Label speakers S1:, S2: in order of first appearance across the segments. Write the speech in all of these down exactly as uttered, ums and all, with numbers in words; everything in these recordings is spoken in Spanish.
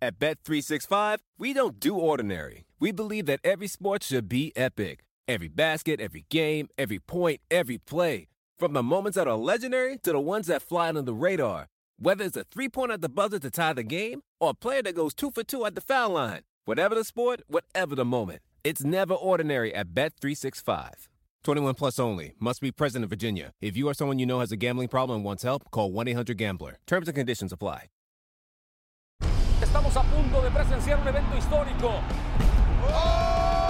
S1: At Bet three sixty-five, we don't do ordinary. We believe that every sport should be epic. Every basket, every game, every point, every play. From the moments that are legendary to the ones that fly under the radar. Whether it's a three-pointer at the buzzer to tie the game or a player that goes two for two at the foul line. Whatever the sport, whatever the moment. It's never ordinary at Bet three sixty-five. twenty-one plus only. Must be present in Virginia. If you or someone you know has a gambling problem and wants help, call one eight hundred gambler. Terms and conditions apply.
S2: Estamos a punto de presenciar un evento histórico.
S3: ¡Oh!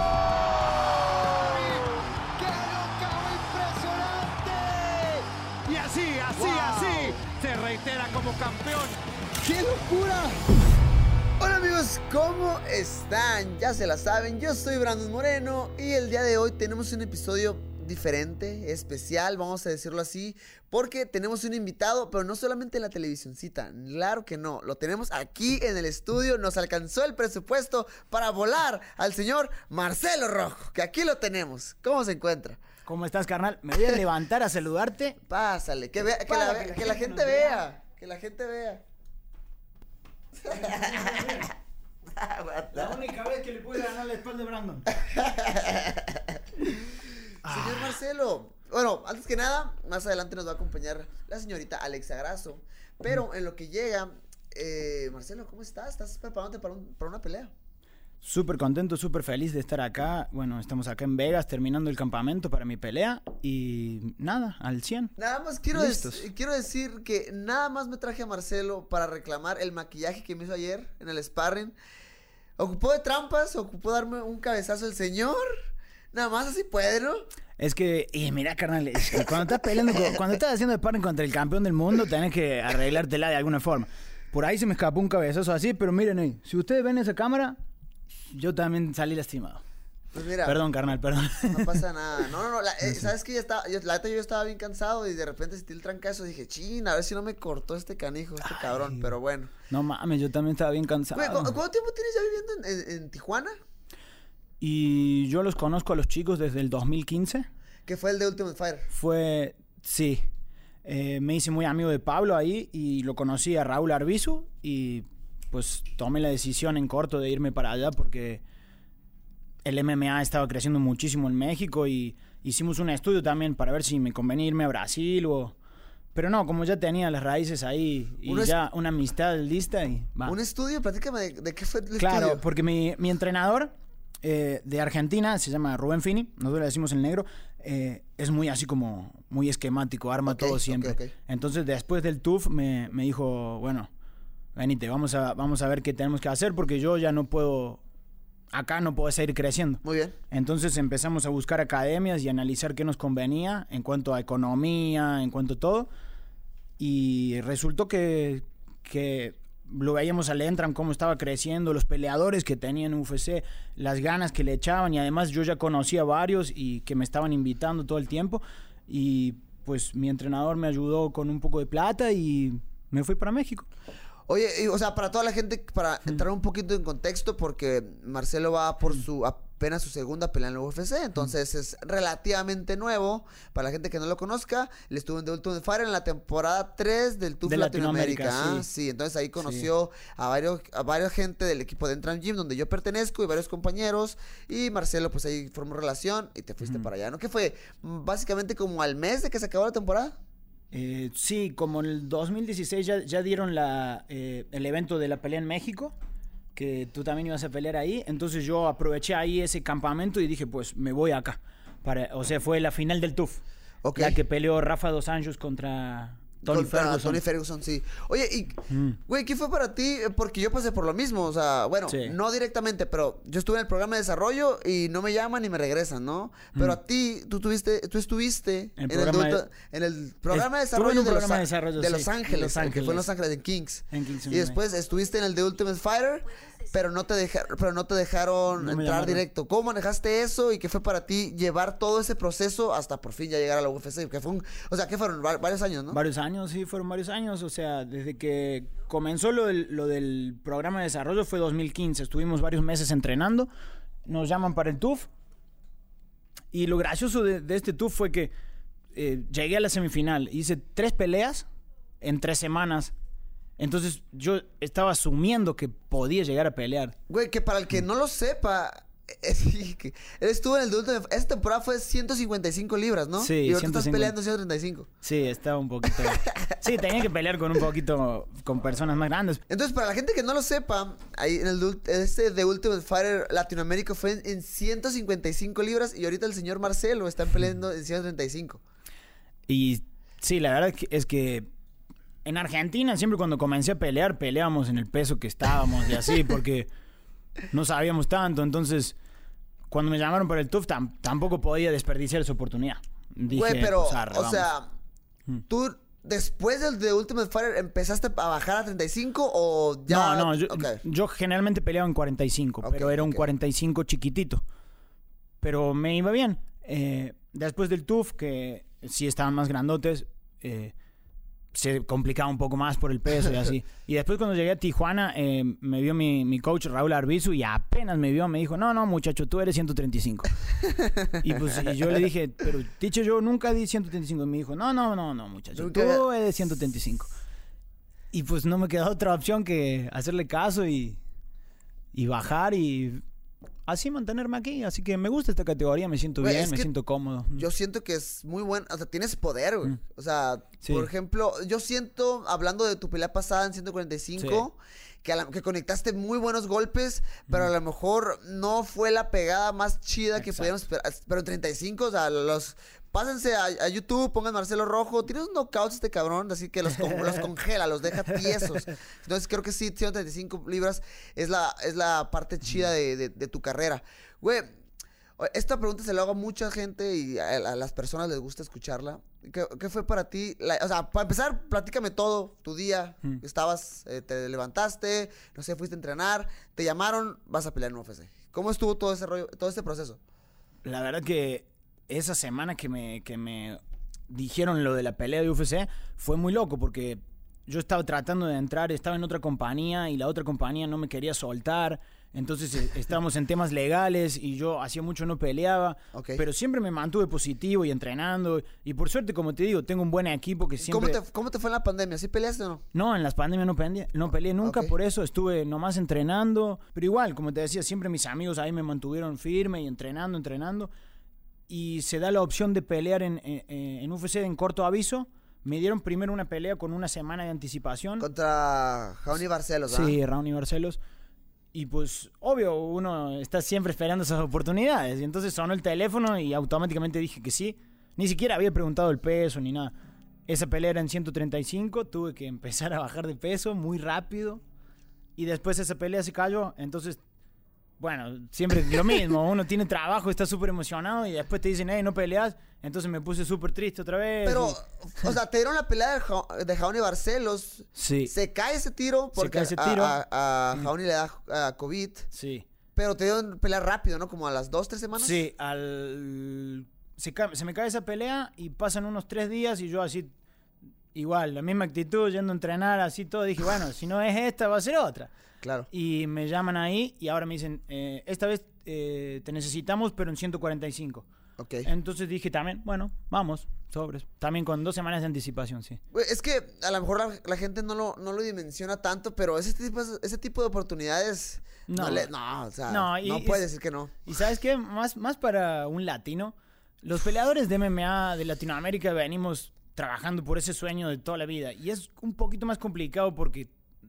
S3: ¡Qué locao impresionante!
S4: Y así, así, wow. así, se reitera como campeón.
S3: ¡Qué locura! Hola amigos, ¿cómo están? Ya se la saben, yo soy Brandon Moreno y el día de hoy tenemos un episodio diferente, especial, vamos a decirlo así, porque tenemos un invitado, pero no solamente en la televisioncita, claro que no, lo tenemos aquí en el estudio, nos alcanzó el presupuesto para volar al señor Marcelo Rojo, que aquí lo tenemos. ¿Cómo se encuentra?
S5: ¿Cómo estás, carnal? Me voy a levantar a saludarte.
S3: Pásale, que, vea, que,
S5: Para
S3: la,
S5: que la
S3: que la
S5: gente
S3: gente
S5: nos
S3: vea,
S5: vea.
S3: que la gente vea.
S5: La única vez que le pude ganar la espalda a Brandon.
S3: Señor Marcelo, bueno, antes que nada, más adelante nos va a acompañar la señorita Alexa Grasso. Pero en lo que llega, eh, Marcelo, ¿cómo estás? ¿Estás preparándote para, un, para una pelea?
S5: Súper contento, súper feliz de estar acá. Bueno, estamos acá en Vegas terminando el campamento para mi pelea. Y nada, al cien.
S3: Nada más quiero, de- quiero decir que nada más me traje a Marcelo para reclamar el maquillaje que me hizo ayer en el sparring. ¿Ocupó de trampas? ¿Ocupó darme un cabezazo el señor? Nada más así puede, ¿no?
S5: Es que, y mira, carnal, es que cuando estás peleando, con- cuando estás haciendo sparring contra el campeón del mundo, tenés que arreglártela de alguna forma. Por ahí se me escapó un cabezazo así, pero miren ahí, si ustedes ven esa cámara, yo también salí lastimado.
S3: Pues mira.
S5: Perdón, carnal, perdón.
S3: No pasa nada. No, no, no. La, eh, ¿Sabes qué? Ya estaba, yo, la neta yo estaba bien cansado y de repente sentí el trancazo. Dije, chin, a ver si no me cortó este canijo, este
S5: Ay.
S3: cabrón. Pero bueno.
S5: No mames, yo también estaba bien cansado.
S3: Güey, ¿cu- ¿cuánto tiempo tienes ya viviendo en, en- en Tijuana?
S5: Y yo los conozco a los chicos desde el dos mil quince.
S3: Que fue el de Ultimate Fighter.
S5: Fue, sí. Eh, me hice muy amigo de Pablo ahí y lo conocí a Raúl Arbizu y pues tomé la decisión en corto de irme para allá porque el M M A estaba creciendo muchísimo en México y hicimos un estudio también para ver si me convenía irme a Brasil o... Pero no, como ya tenía las raíces ahí y
S3: Uno es-
S5: ya una amistad lista y va.
S3: Un estudio, platícame de, de qué fue el
S5: Claro,
S3: estudio.
S5: porque mi, mi entrenador eh, de Argentina se llama Rubén Fini, nosotros le decimos el negro, eh, es muy así como muy esquemático, arma
S3: Ok,
S5: todo siempre.
S3: ok, ok.
S5: Entonces después del T U F me, me dijo, bueno, venite, vamos a, vamos a ver qué tenemos que hacer porque yo ya no puedo, acá no puedo seguir creciendo.
S3: Muy bien.
S5: Entonces empezamos a buscar academias y analizar qué nos convenía en cuanto a economía, en cuanto a todo. Y resultó que, que lo veíamos al Entram, cómo estaba creciendo, los peleadores que tenían en U F C, las ganas que le echaban. Y además yo ya conocía a varios y que me estaban invitando todo el tiempo. Y pues mi entrenador me ayudó con un poco de plata y me fui para México.
S3: Oye, y, o sea, para toda la gente, para entrar un poquito en contexto, porque Marcelo va por su apenas su segunda pelea en la U F C, entonces es relativamente nuevo. Para la gente que no lo conozca, le estuvo en The Ultimate Fighter en la temporada tres del T U F
S5: De
S3: Latinoamérica.
S5: Latinoamérica,
S3: ¿ah?
S5: sí.
S3: Sí, entonces ahí conoció a varios a varios gente del equipo de Entram Gym, donde yo pertenezco, y varios compañeros. Y Marcelo, pues ahí formó relación y te fuiste para allá, ¿no? ¿Qué fue? Básicamente como al mes de que se acabó la temporada.
S5: Eh, sí, como en el dos mil dieciséis ya, ya dieron la, eh, el evento de la pelea en México, que tú también ibas a pelear ahí, entonces yo aproveché ahí ese campamento y dije, pues me voy acá. Para, o sea, fue la final del T U F,
S3: Ok.
S5: la que peleó Rafa Dos Anjos contra Tony
S3: Contra
S5: Ferguson.
S3: Tony Ferguson, sí. Oye, y,
S5: Mm.
S3: güey, ¿qué fue para ti? Porque yo pasé por lo mismo, o sea, bueno,
S5: Sí.
S3: no directamente, pero yo estuve en el programa de desarrollo y no me llaman y me regresan, ¿no? Pero
S5: Mm.
S3: a ti, tú tuviste, tú estuviste
S5: El
S3: en,
S5: programa
S3: el,
S5: de-
S3: duto- en el programa de
S5: Estuve en
S3: desarrollo,
S5: un
S3: de,
S5: programa
S3: los,
S5: de desarrollo,
S3: de
S5: sí,
S3: Los Ángeles,
S5: Los
S3: el que fue en Los
S5: Ángeles.
S3: Ángeles, en Kings.
S5: En Kings,
S3: y
S5: sí.
S3: después estuviste en el The Ultimate Fighter, pero no te dejaron, pero no te dejaron
S5: No me
S3: entrar
S5: llamaron.
S3: directo. ¿Cómo manejaste eso y qué fue para ti llevar todo ese proceso hasta por fin ya llegar a la U F C? Que fue un, o sea, ¿qué fueron? Va- varios años, ¿no?
S5: Varios años, sí, fueron varios años. O sea, desde que comenzó lo del, lo del programa de desarrollo fue dos mil quince. Estuvimos varios meses entrenando. Nos llaman para el T U F. Y lo gracioso de, de este T U F fue que eh, llegué a la semifinal. Hice tres peleas en tres semanas Entonces yo estaba asumiendo que podía llegar a pelear.
S3: Güey, que para el que no lo sepa, es, que él estuvo en el de Ultimate Fighter. Esta temporada fue ciento cincuenta y cinco libras, ¿no?
S5: Sí,
S3: y ahorita
S5: ciento cincuenta.
S3: estás peleando ciento treinta y cinco.
S5: Sí, estaba un poquito... Sí, tenía que pelear con un poquito... Con personas más grandes.
S3: Entonces, para la gente que no lo sepa, ahí en el este de Ultimate Fighter Latinoamérica fue en, en ciento cincuenta y cinco libras y ahorita el señor Marcelo está peleando en ciento treinta y cinco.
S5: Y sí, la verdad es que, es que en Argentina siempre cuando comencé a pelear, peleábamos en el peso que estábamos y así, porque no sabíamos tanto. Entonces, cuando me llamaron para el T U F, tam, tampoco podía desperdiciar esa oportunidad. Dije,
S3: güey, pero,
S5: pues, arre,
S3: o
S5: vamos.
S3: sea, tú después del de Ultimate Fighter empezaste a bajar a treinta y cinco o ya...
S5: No, no, yo,
S3: okay.
S5: yo generalmente peleaba en cuarenta y cinco,
S3: Okay,
S5: pero era un
S3: okay.
S5: cuarenta y cinco chiquitito. Pero me iba bien. Eh, después del T U F, que sí estaban más grandotes, eh, se complicaba un poco más por el peso y así. Y después cuando llegué a Tijuana, eh, me vio mi, mi coach Raúl Arbizu y apenas me vio, me dijo, no, no, muchacho, tú eres ciento treinta y cinco. Y pues y yo le dije, pero dicho yo nunca di ciento treinta y cinco. Y me dijo, no, no, no, no, muchacho,
S3: Nunca...
S5: tú eres ciento treinta y cinco. Y pues no me quedó otra opción que hacerle caso y, y bajar y así mantenerme aquí. Así que me gusta esta categoría, me siento
S3: Güey,
S5: bien,
S3: es
S5: me
S3: que
S5: siento cómodo.
S3: Yo siento que es muy bueno, o sea, tienes poder, güey.
S5: Mm.
S3: O sea,
S5: Sí.
S3: por ejemplo, yo siento, hablando de tu pelea pasada en ciento cuarenta y cinco, sí. que, a la, que conectaste muy buenos golpes, pero mm. a lo mejor no fue la pegada más chida que podíamos esperar. Pero en treinta y cinco, o sea, los... Pásense a, a YouTube, pongan Marcelo Rojo. Tiene unos knockouts este cabrón, así que los, con, los congela, los deja tiesos. Entonces creo que sí, ciento treinta y cinco libras es la, es la parte chida de, de, de tu carrera. Güey, esta pregunta se la hago a mucha gente y a, a las personas les gusta escucharla. ¿Qué, qué fue para ti? La, o sea, para empezar, platícame todo. Tu día, hmm. estabas, eh, te levantaste, no sé, fuiste a entrenar, te llamaron, vas a pelear en U F C. ¿Cómo estuvo todo ese rollo, todo este proceso?
S5: La verdad que esa semana que me, que me dijeron lo de la pelea de U F C fue muy loco porque yo estaba tratando de entrar, estaba en otra compañía y la otra compañía no me quería soltar. Entonces estábamos en temas legales y yo hacía mucho no peleaba, okay. pero siempre me mantuve positivo y entrenando. Y por suerte, como te digo, tengo un buen equipo que siempre...
S3: ¿Cómo te, cómo te fue en la pandemia? ¿Sí peleaste o no?
S5: No, en las pandemias no peleé, no peleé nunca, okay. por eso estuve nomás entrenando. Pero igual, como te decía, siempre mis amigos ahí me mantuvieron firme y entrenando, entrenando. Y se da la opción de pelear en, en, en U F C en corto aviso. Me dieron primero una pelea con una semana de anticipación.
S3: Contra Raoni Barcelos, ¿ah?
S5: Sí, Raoni Barcelos. Y pues, obvio, uno está siempre esperando esas oportunidades. Y entonces sonó el teléfono y automáticamente dije que sí. Ni siquiera había preguntado el peso ni nada. Esa pelea era en ciento treinta y cinco. Tuve que empezar a bajar de peso muy rápido. Y después esa pelea se cayó. Entonces... Bueno, siempre lo mismo, uno tiene trabajo, está súper emocionado y después te dicen, hey, no peleas, entonces me puse súper triste otra vez.
S3: Pero,
S5: y...
S3: o sea, te dieron la pelea de, ja de Raoni Barcelos,
S5: sí.
S3: se cae ese tiro porque
S5: se cae ese tiro.
S3: a, a, a Raoni le da a COVID,
S5: sí.
S3: pero te dieron pelea rápido, ¿no? Como a las dos, tres semanas.
S5: Sí, al... se, ca... se me cae esa pelea y pasan unos tres días y yo así, igual, la misma actitud, yendo a entrenar, así todo, dije, bueno, si no es esta, va a ser otra.
S3: Claro.
S5: Y me llaman ahí y ahora me dicen, eh, esta vez eh, te necesitamos, pero en ciento cuarenta y cinco.
S3: Ok.
S5: Entonces dije también, bueno, vamos, sobres. También con dos semanas de anticipación, sí.
S3: Es que a lo mejor la, la gente no lo, no lo dimensiona tanto, pero ese tipo, ese tipo de oportunidades, no, no, le, no o sea, no, y, no puedes decir que no.
S5: Y ¿sabes qué? Más, más para un latino, los peleadores de M M A de Latinoamérica venimos trabajando por ese sueño de toda la vida. Y es un poquito más complicado porque...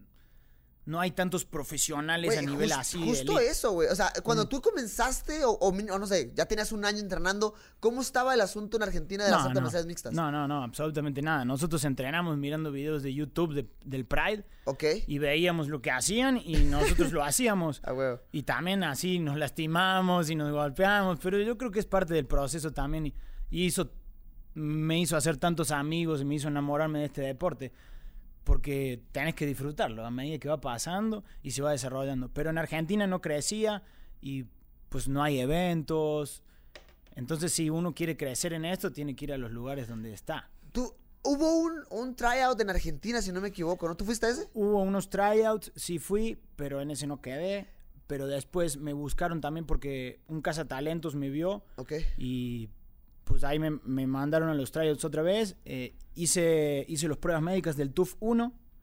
S5: no hay tantos profesionales wey, a nivel just, así.
S3: Justo de eso, güey. O sea, cuando mm. tú comenzaste, o, o, o no sé, ya tenías un año entrenando, ¿cómo estaba el asunto en Argentina de
S5: no,
S3: las artes
S5: no.
S3: marciales mixtas?
S5: No, no, no, absolutamente nada. Nosotros entrenamos mirando videos de YouTube de, del Pride.
S3: Ok.
S5: Y veíamos lo que hacían y nosotros lo hacíamos.
S3: Ah, güey.
S5: Y también así nos lastimamos y nos golpeamos. Pero yo creo que es parte del proceso también. Y, y hizo, me hizo hacer tantos amigos y me hizo enamorarme de este deporte. Porque tenés que disfrutarlo a medida que va pasando y se va desarrollando. Pero en Argentina no crecía y pues no hay eventos. Entonces si uno quiere crecer en esto, tiene que ir a los lugares donde está.
S3: ¿Tú, hubo un, un tryout en Argentina, si no me equivoco, ¿no? ¿Tú fuiste a ese?
S5: Hubo unos tryouts, sí fui, pero en ese no quedé. Pero después me buscaron también porque un cazatalentos me vio.
S3: Ok.
S5: Y... pues ahí me, me mandaron a los tryouts otra vez. Eh, hice, hice las pruebas médicas del T U F uno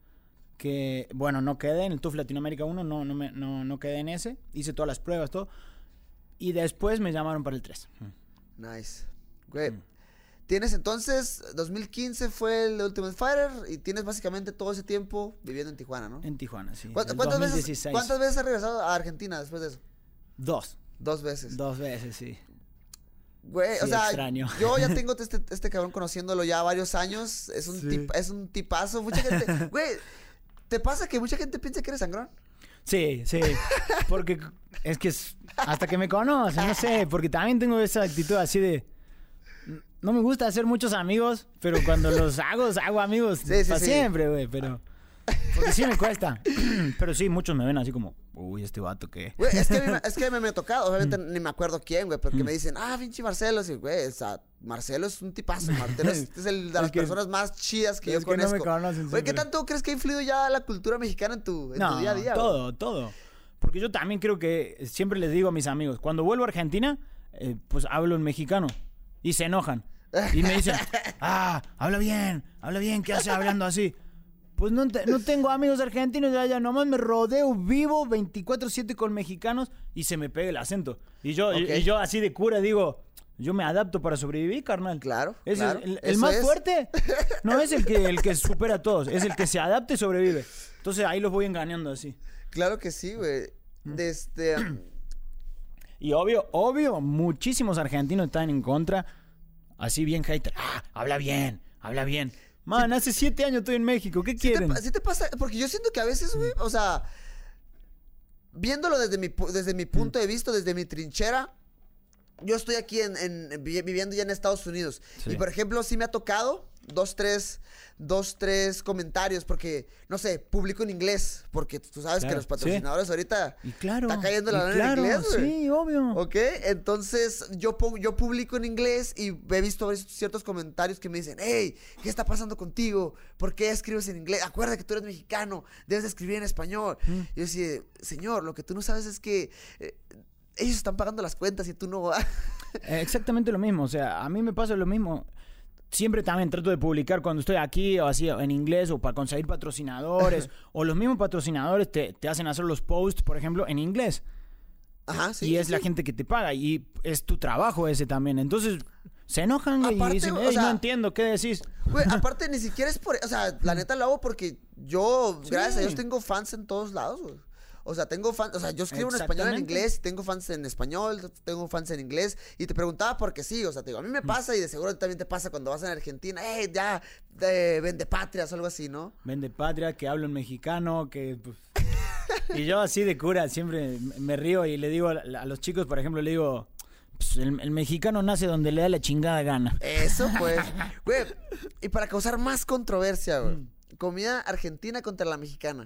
S5: que, bueno, no quedé en el T U F Latinoamérica uno, no, no, me, no, no quedé en ese. Hice todas las pruebas, todo. Y después me llamaron para el tres.
S3: Nice. Güey. Mm. Tienes entonces, dos mil quince fue el Ultimate Fighter y tienes básicamente todo ese tiempo viviendo en Tijuana, ¿no?
S5: En Tijuana, sí.
S3: ¿Cuántas, ¿cuántas veces, ¿Cuántas veces has regresado a Argentina después de eso?
S5: Dos.
S3: Dos veces.
S5: Dos veces, sí.
S3: Güey,
S5: sí,
S3: o sea,
S5: extraño.
S3: yo ya tengo este, este cabrón conociéndolo ya varios años. Es un, sí. tip, es un tipazo. Mucha gente, güey, ¿te pasa que mucha gente piensa que eres sangrón?
S5: Sí, sí. Porque es que es, hasta que me conocen, no sé. Porque también tengo esa actitud así de... No me gusta hacer muchos amigos, pero cuando los hago, hago amigos sí, sí, para sí. siempre, güey. Pero... Porque sí me cuesta. Pero sí, muchos me ven así como, uy, este vato que...
S3: Güey, es que, me, es que me, me ha tocado, obviamente ni me acuerdo quién, güey, porque me dicen, ah, pinche Marcelo. Y, güey, o sea, Marcelo es un tipazo. Marcelo es, es el de las es que, personas más chidas que yo que conozco. No me conocen, güey, ¿qué tanto crees que ha influido ya la cultura mexicana en tu, en
S5: no,
S3: tu día a día?
S5: Todo,
S3: güey?
S5: todo. Porque yo también creo que siempre les digo a mis amigos, cuando vuelvo a Argentina, eh, pues hablo en mexicano. Y se enojan. Y me dicen, ah, habla bien, habla bien, ¿qué haces hablando así? Pues no, te, no tengo amigos argentinos de allá, nomás me rodeo vivo veinticuatro siete con mexicanos y se me pega el acento. Y yo, okay. y, y yo así de cura digo, yo me adapto para sobrevivir, carnal.
S3: Claro,
S5: es
S3: claro.
S5: El, el más
S3: es.
S5: fuerte no es el que, el que supera a todos, es el que se adapta y sobrevive. Entonces ahí los voy engañando así.
S3: Claro que sí, güey. Desde...
S5: Y obvio, obvio, muchísimos argentinos están en contra, así bien hater. Ah, habla bien, habla bien. Man, sí, hace siete años estoy en México, ¿qué
S3: ¿sí
S5: quieren?
S3: Te, ¿Sí te pasa? Porque yo siento que a veces, güey, o sea, viéndolo desde mi, desde mi punto de vista, desde mi trinchera, yo estoy aquí en, en, viviendo ya en Estados Unidos. Sí. Y, por ejemplo, sí me ha tocado dos, tres, dos, tres comentarios, porque, no sé, publico en inglés, porque tú sabes claro, que los patrocinadores sí. ahorita
S5: y claro,
S3: está cayendo la lana
S5: claro,
S3: en inglés, güey.
S5: Sí, obvio.
S3: Ok, entonces yo, yo publico en inglés y he visto ciertos comentarios que me dicen, hey, ¿qué está pasando contigo? ¿Por qué escribes en inglés? Acuérdate que tú eres mexicano, debes de escribir en español. Mm. Y yo decía, señor, lo que tú no sabes es que... Eh, ellos están pagando las cuentas y tú no vas.
S5: Exactamente lo mismo. O sea, a mí me pasa lo mismo. Siempre también trato de publicar cuando estoy aquí o así en inglés o para conseguir patrocinadores. O los mismos patrocinadores te, te hacen hacer los posts, por ejemplo, en inglés.
S3: Ajá, sí.
S5: Y es
S3: sí.
S5: la gente que te paga y es tu trabajo ese también. Entonces se enojan aparte, y dicen, hey, sea, no entiendo, ¿qué decís?
S3: Güey, aparte ni siquiera es por... O sea, la neta lo hago porque yo, sí. gracias a Dios, tengo fans en todos lados, güey. O sea, tengo fans, o sea, yo escribo en español, en inglés, tengo fans en español, tengo fans en inglés, y te preguntaba porque sí, o sea, te digo, a mí me pasa y de seguro también te pasa cuando vas a Argentina, eh, ya, eh, vende patrias o algo así, ¿no?
S5: Vende patria, que hablo en mexicano, que... Pues... y yo así de cura siempre me río y le digo a, a los chicos, por ejemplo, le digo... Pues el, el mexicano nace donde le da la chingada gana.
S3: Eso, pues. Güey, y para causar más controversia, güey, comida argentina contra la mexicana.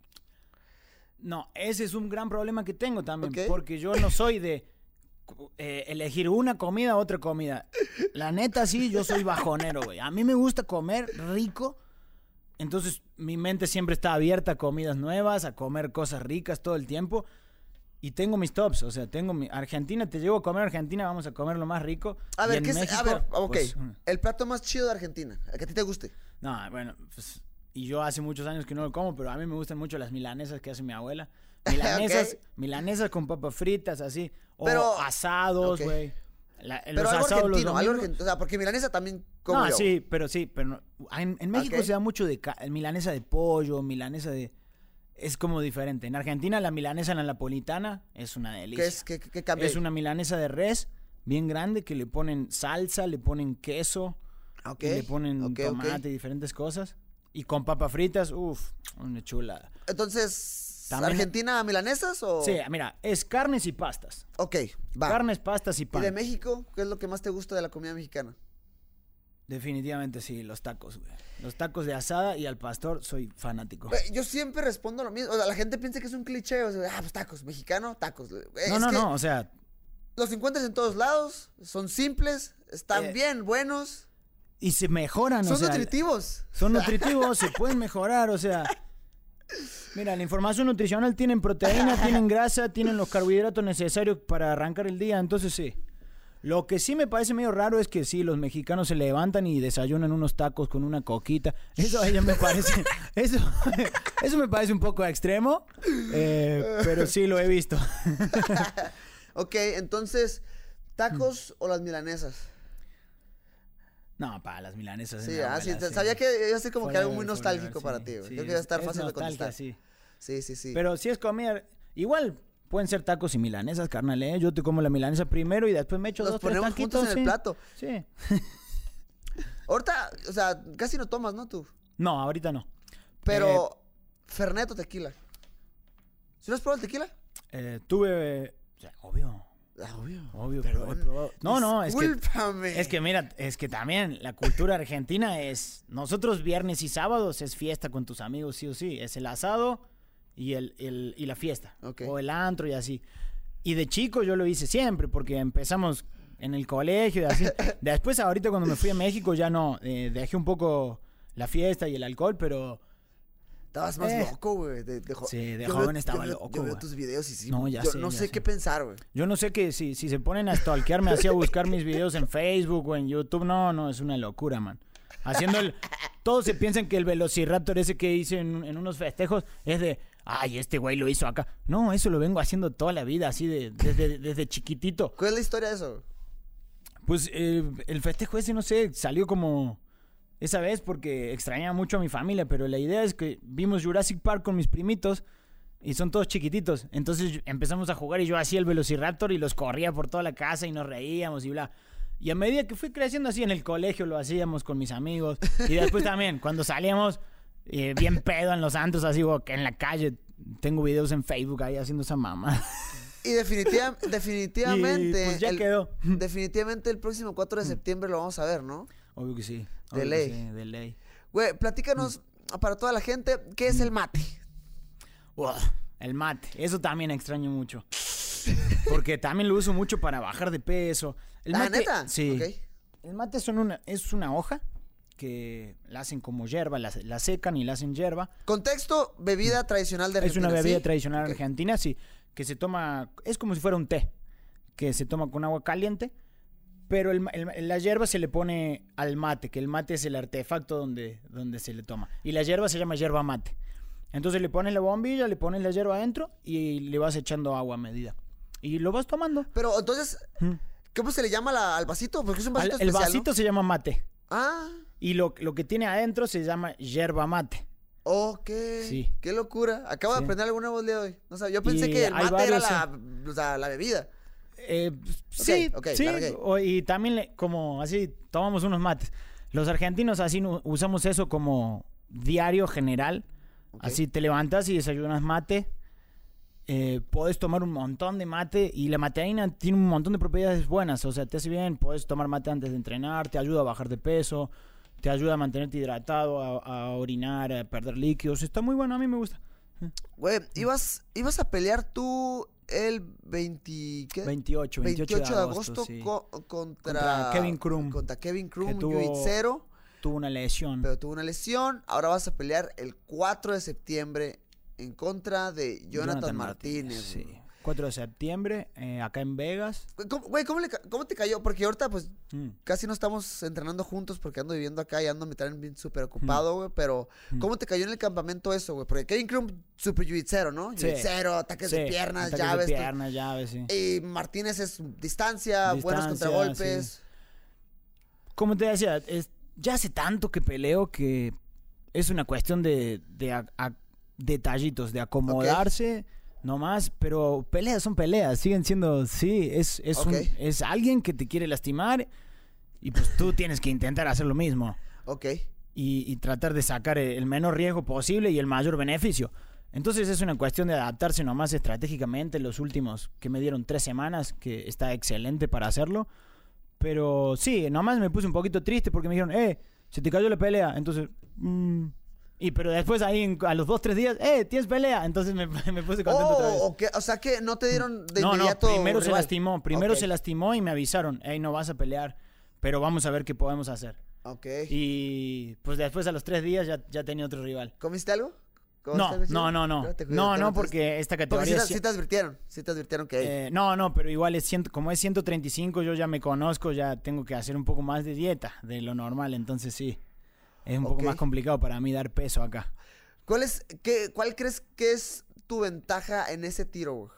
S5: No, ese es un gran problema que tengo también,
S3: okay.
S5: porque yo no soy de eh, elegir una comida u otra comida. La neta, sí, yo soy bajonero, güey. A mí me gusta comer rico, entonces mi mente siempre está abierta a comidas nuevas, a comer cosas ricas todo el tiempo. Y tengo mis tops, o sea, tengo mi... Argentina, te llevo a comer a Argentina, vamos a comer lo más rico.
S3: A ver,
S5: y en
S3: ¿qué
S5: México,
S3: es? A ver, ok.
S5: Pues,
S3: el plato más chido de Argentina, el que a ti te guste.
S5: No, bueno, pues... Y yo hace muchos años que no lo como, pero a mí me gustan mucho las milanesas que hace mi abuela. Milanesas, okay. milanesas con papas fritas, así. O pero, asados, güey.
S3: Okay. Pero algo argentino, los algo argentino. O sea, porque milanesa también como
S5: no,
S3: yo.
S5: sí, pero sí. Pero no, en, en México okay. se da mucho de milanesa de pollo, milanesa de... Es como diferente. En Argentina la milanesa en la napolitana es una delicia.
S3: ¿Qué es? ¿Qué, qué cambia?
S5: Es una milanesa de res bien grande que le ponen salsa, le ponen queso, okay. y le ponen okay, tomate okay. y diferentes cosas. Y con papas fritas, uff, una chulada.
S3: Entonces,
S5: también,
S3: ¿Argentina milanesas o...?
S5: Sí, mira, es carnes y pastas.
S3: Ok, va.
S5: Carnes, pastas y pan.
S3: ¿Y de México? ¿Qué es lo que más te gusta de la comida mexicana?
S5: Definitivamente sí, los tacos, güey. Los tacos de asada y al pastor soy fanático.
S3: Yo siempre respondo lo mismo. O sea, la gente piensa que es un cliché. O sea, ah, pues tacos, mexicano, tacos.
S5: No,
S3: es
S5: no, no, o sea...
S3: Los encuentras en todos lados, son simples, están eh, bien buenos...
S5: Y se mejoran,
S3: son
S5: o sea...
S3: Son nutritivos.
S5: Son nutritivos, se pueden mejorar, o sea... Mira, la información nutricional tienen proteína, tienen grasa, tienen los carbohidratos necesarios para arrancar el día, entonces sí. Lo que sí me parece medio raro es que sí, los mexicanos se levantan y desayunan unos tacos con una coquita. Eso a ella me parece... Eso, eso me parece un poco extremo, eh, pero sí lo he visto.
S3: Ok, entonces, ¿tacos o las milanesas?
S5: No, para las milanesas.
S3: Sí,
S5: no,
S3: ah, sí,
S5: abuela, sí.
S3: sabía que iba a ser como que
S5: Forever,
S3: algo muy nostálgico
S5: forever,
S3: para
S5: sí,
S3: ti, güey.
S5: sí,
S3: Creo que iba a estar
S5: es
S3: fácil de
S5: nostalgia,
S3: contestar.
S5: sí.
S3: Sí, sí, sí.
S5: Pero si es comida... Igual pueden ser tacos y milanesas, carnal, ¿eh? Yo te como la milanesa primero y después me echo
S3: Los
S5: dos, tres
S3: ponemos
S5: taquitos.
S3: juntos en
S5: sí.
S3: el plato.
S5: Sí.
S3: Ahorita, o sea, casi no tomas, ¿no, tú?
S5: No, ahorita no.
S3: Pero,
S5: Eh,
S3: ¿Fernet o tequila? ¿Sí no has probado el tequila?
S5: eh, tuve... o sea, obvio.
S3: Ah, obvio.
S5: Obvio,
S3: Perdón.
S5: pero he probado. No, no, es que...
S3: Discúlpame.
S5: Es que mira, es que también la cultura argentina es... Nosotros viernes y sábados es fiesta con tus amigos, sí o sí. Es el asado y, el, el, y la fiesta.
S3: Ok.
S5: O el antro y así. Y de chico yo lo hice siempre porque empezamos en el colegio y así. Después ahorita cuando me fui a México ya no. Eh, dejé un poco la fiesta y el alcohol, pero...
S3: Estabas más
S5: Eh.
S3: loco, güey. De, de jo-
S5: Sí, de
S3: yo
S5: joven
S3: veo-
S5: estaba
S3: yo veo-
S5: loco,
S3: Yo veo
S5: güey.
S3: tus videos y sí.
S5: No, ya
S3: yo
S5: sé,
S3: no
S5: ya
S3: sé
S5: sé.
S3: qué pensar, güey.
S5: Yo no sé que si, si se ponen a stalkearme así a buscar mis videos en Facebook o en YouTube, no, no, es una locura, man. Haciendo el... Todos se piensan que el Velociraptor ese que hice en, en unos festejos es de... Ay, este güey lo hizo acá. No, eso lo vengo haciendo toda la vida, así de desde, desde chiquitito.
S3: ¿Cuál es la historia de eso?
S5: Pues eh, el festejo ese, no sé, salió como... Esa vez porque extrañaba mucho a mi familia, pero la idea es que vimos Jurassic Park con mis primitos y son todos chiquititos. Entonces empezamos a jugar y yo hacía el Velociraptor y los corría por toda la casa y nos reíamos y bla. Y a medida que fui creciendo así en el colegio lo hacíamos con mis amigos. Y después también, cuando salíamos eh, bien pedo en los antros, así o que en la calle, tengo videos en Facebook ahí haciendo esa mamá.
S3: Y definitiva- definitivamente...
S5: Y, pues, ya
S3: el-
S5: quedó.
S3: Definitivamente el próximo cuatro de septiembre lo vamos a ver, ¿no?
S5: Obvio que sí.
S3: De
S5: obvio que
S3: ley.
S5: sí, de ley.
S3: Güey, platícanos para toda la gente, ¿qué es el mate?
S5: Uf, el mate, eso también extraño mucho. Porque también lo uso mucho para bajar de peso. El
S3: ¿Ah,
S5: mate,
S3: neta?
S5: Sí.
S3: Ok.
S5: El mate son una, es una hoja que la hacen como hierba, la, la secan y la hacen hierba.
S3: Contexto, bebida tradicional de Argentina.
S5: Es una bebida
S3: ¿sí?
S5: tradicional
S3: Ok.
S5: argentina, sí, que se toma, es como si fuera un té, que se toma con agua caliente, pero el, el- la hierba se le pone al mate, que el mate es el artefacto donde, donde se le toma. Y la hierba se llama hierba mate. Entonces le pones la bombilla, le pones la hierba adentro y le vas echando agua a medida. Y lo vas tomando.
S3: Pero entonces,
S5: Mm.
S3: ¿cómo se le llama la- al vasito? Porque es un
S5: Al-
S3: vasito
S5: el
S3: especial,
S5: vasito
S3: ¿no?
S5: se llama mate.
S3: Ah,
S5: Y lo, lo que tiene adentro se llama yerba mate.
S3: ok.
S5: Sí.
S3: Qué locura. Acabo
S5: Sí.
S3: de aprender algo nuevo el día de hoy. No sabía. Yo pensé
S5: Y
S3: que el
S5: hay
S3: mate era
S5: varios,
S3: la, o sea, la bebida.
S5: Eh, sí,
S3: ok,
S5: sí.
S3: la regué.
S5: o- y también le- como así tomamos unos mates. Los argentinos así nu- usamos eso como diario general.
S3: Ok.
S5: Así te levantas y desayunas mate. Eh, puedes tomar un montón de mate y la mateína tiene un montón de propiedades buenas. O sea, te hace bien. Puedes tomar mate antes de entrenar, te ayuda a bajar de peso, te ayuda a mantenerte hidratado, a, a orinar, a perder líquidos. Está muy bueno, a mí me gusta.
S3: Güey, ibas, ibas a pelear tú el veinte, ¿qué?
S5: veintiocho, veintiocho,
S3: veintiocho de agosto,
S5: sí.
S3: co- contra,
S5: Contra Kevin Krum.
S3: Contra Kevin Krum,
S5: Que tuvo-
S3: jiu-jitsu,
S5: Tuvo una lesión.
S3: pero tuvo una lesión. Ahora vas a pelear el cuatro de septiembre en contra de Jonathan, Martínez.
S5: Sí.
S3: güey.
S5: cuatro de septiembre, eh, acá en Vegas.
S3: Güey, ¿Cómo, güey, ¿cómo, le ca- cómo te cayó? Porque ahorita, pues,
S5: Mm.
S3: casi no estamos entrenando juntos porque ando viviendo acá y ando me traen bien súper ocupado, güey. Pero,
S5: Mm.
S3: ¿cómo te cayó en el campamento eso, güey? Porque Kevin Krum, súper jiu-jitsu, ¿no?
S5: Sí.
S3: Jiu-jitsu, ataques de
S5: Sí,
S3: piernas,
S5: ataques
S3: llaves.
S5: de
S3: tú-
S5: piernas, llaves, sí.
S3: Y Martínez es distancia, buenos
S5: Distancia,
S3: contragolpes.
S5: Como te decía, es, ya hace tanto que peleo que es una cuestión de, de a- a- detallitos, de acomodarse nomás, pero peleas son peleas, siguen siendo, sí, es, es, un-
S3: Ok.
S5: es alguien que te quiere lastimar y pues tú tienes que intentar hacer lo mismo.
S3: Ok.
S5: y, y tratar de sacar el menor riesgo posible y el mayor beneficio. Entonces es una cuestión de adaptarse nomás estratégicamente. Los últimos que me dieron tres semanas, que está excelente para hacerlo. Pero sí, nomás me puse un poquito triste porque me dijeron, eh, se te cayó la pelea. Entonces, mm, y pero después ahí en- a los dos, tres días, eh, tienes pelea. Entonces me, me puse contento otra vez.
S3: Oh, ok. O sea que no te dieron de
S5: No, no,
S3: inmediato
S5: primero se
S3: rival.
S5: lastimó. Primero
S3: Ok.
S5: se lastimó y me avisaron, hey, no vas a pelear, pero vamos a ver qué podemos hacer.
S3: Ok.
S5: Y pues después a los tres días ya, ya tenía otro rival.
S3: ¿Comiste algo? ¿Cómo
S5: No,
S3: está el
S5: no, no, no.
S3: ¿Cómo te
S5: No,
S3: cuidaron?
S5: no,
S3: Entonces-
S5: porque esta
S3: Porque
S5: categoría...
S3: sí,
S5: es
S3: te-
S5: cien-
S3: sí te advirtieron, sí te advirtieron que...
S5: eh, no, no, pero igual es cien, como es ciento treinta y cinco, yo ya me conozco, ya tengo que hacer un poco más de dieta de lo normal, entonces sí, es un poco
S3: Ok.
S5: más complicado para mí dar peso acá.
S3: ¿Cuál es, qué, cuál crees que es tu ventaja en ese tiro, güey?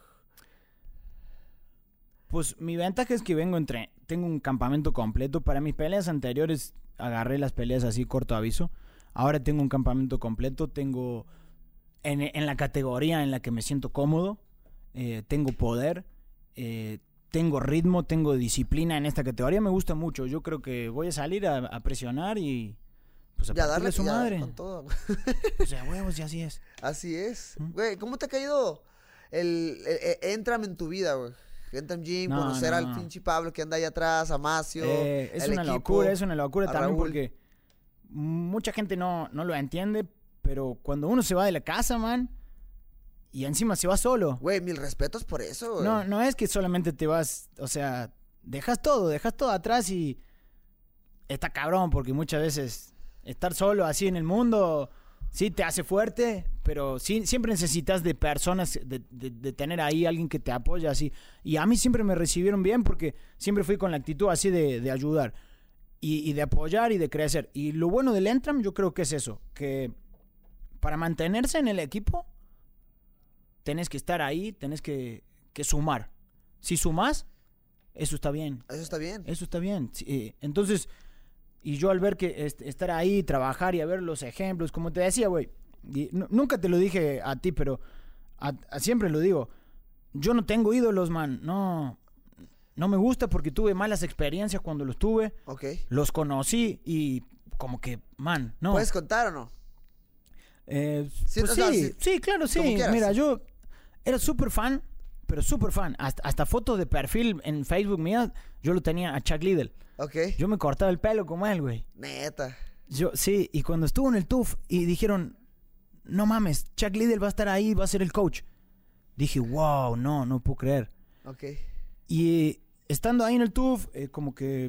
S5: Pues mi ventaja es que vengo entre... Tengo un campamento completo. Para mis peleas anteriores agarré las peleas así corto aviso. Ahora tengo un campamento completo. Tengo... En, en la categoría en la que me siento cómodo. Eh, tengo poder. Eh, tengo ritmo. Tengo disciplina en esta categoría. Me gusta mucho. Yo creo que voy a salir a, a presionar y... Pues a
S3: Ya
S5: partirle
S3: darle
S5: su
S3: ya,
S5: madre.
S3: con todo.
S5: O sea, huevos y así es.
S3: Así es.
S5: ¿Mm?
S3: Güey, ¿cómo te ha caído el, el, el Entram en tu vida, güey? Entram Gym,
S5: No,
S3: conocer
S5: no,
S3: al
S5: no.
S3: pinche Pablo que anda ahí atrás, a Macio,
S5: Eh, es
S3: el
S5: una
S3: equipo,
S5: locura, es una locura
S3: a
S5: también
S3: Raúl.
S5: porque mucha gente no, no lo entiende, pero cuando uno se va de la casa, man, y encima se va solo,
S3: Güey, mil respetos por eso, güey.
S5: no, no es que solamente te vas, o sea, dejas todo, dejas todo atrás y está cabrón porque muchas veces estar solo así en el mundo sí te hace fuerte, pero sí, siempre necesitas de personas, de, de, de tener ahí alguien que te apoya así. Y a mí siempre me recibieron bien porque siempre fui con la actitud así de, de ayudar y, y de apoyar y de crecer. Y lo bueno del Entram yo creo que es eso, que para mantenerse en el equipo tenés que estar ahí, tenés que, que sumar. Si sumás, eso está bien.
S3: Eso está bien.
S5: Eso está bien. Sí, eh, entonces, y yo al ver que est- estar ahí, trabajar y a ver los ejemplos, como te decía, güey, y nu- nunca te lo dije a ti, pero a- a siempre lo digo. Yo no tengo ídolos, man. No, no me gusta porque tuve malas experiencias cuando los tuve.
S3: Ok.
S5: Los conocí y como que, man, no.
S3: ¿Puedes contar o no?
S5: Eh,
S3: Sí,
S5: pues
S3: o sea,
S5: sí,
S3: sí,
S5: sí, claro, sí.
S3: como quieras.
S5: Mira, yo era súper fan, pero súper fan. Hasta, hasta fotos de perfil en Facebook mía, yo lo tenía a Chuck Liddell.
S3: Ok.
S5: Yo me cortaba el pelo como él, güey.
S3: Neta.
S5: Yo, sí, y cuando estuvo en el T U F y dijeron, no mames, Chuck Liddell va a estar ahí, va a ser el coach. Dije, wow, no, no puedo creer.
S3: Ok.
S5: Y eh, estando ahí en el T U F, eh, como que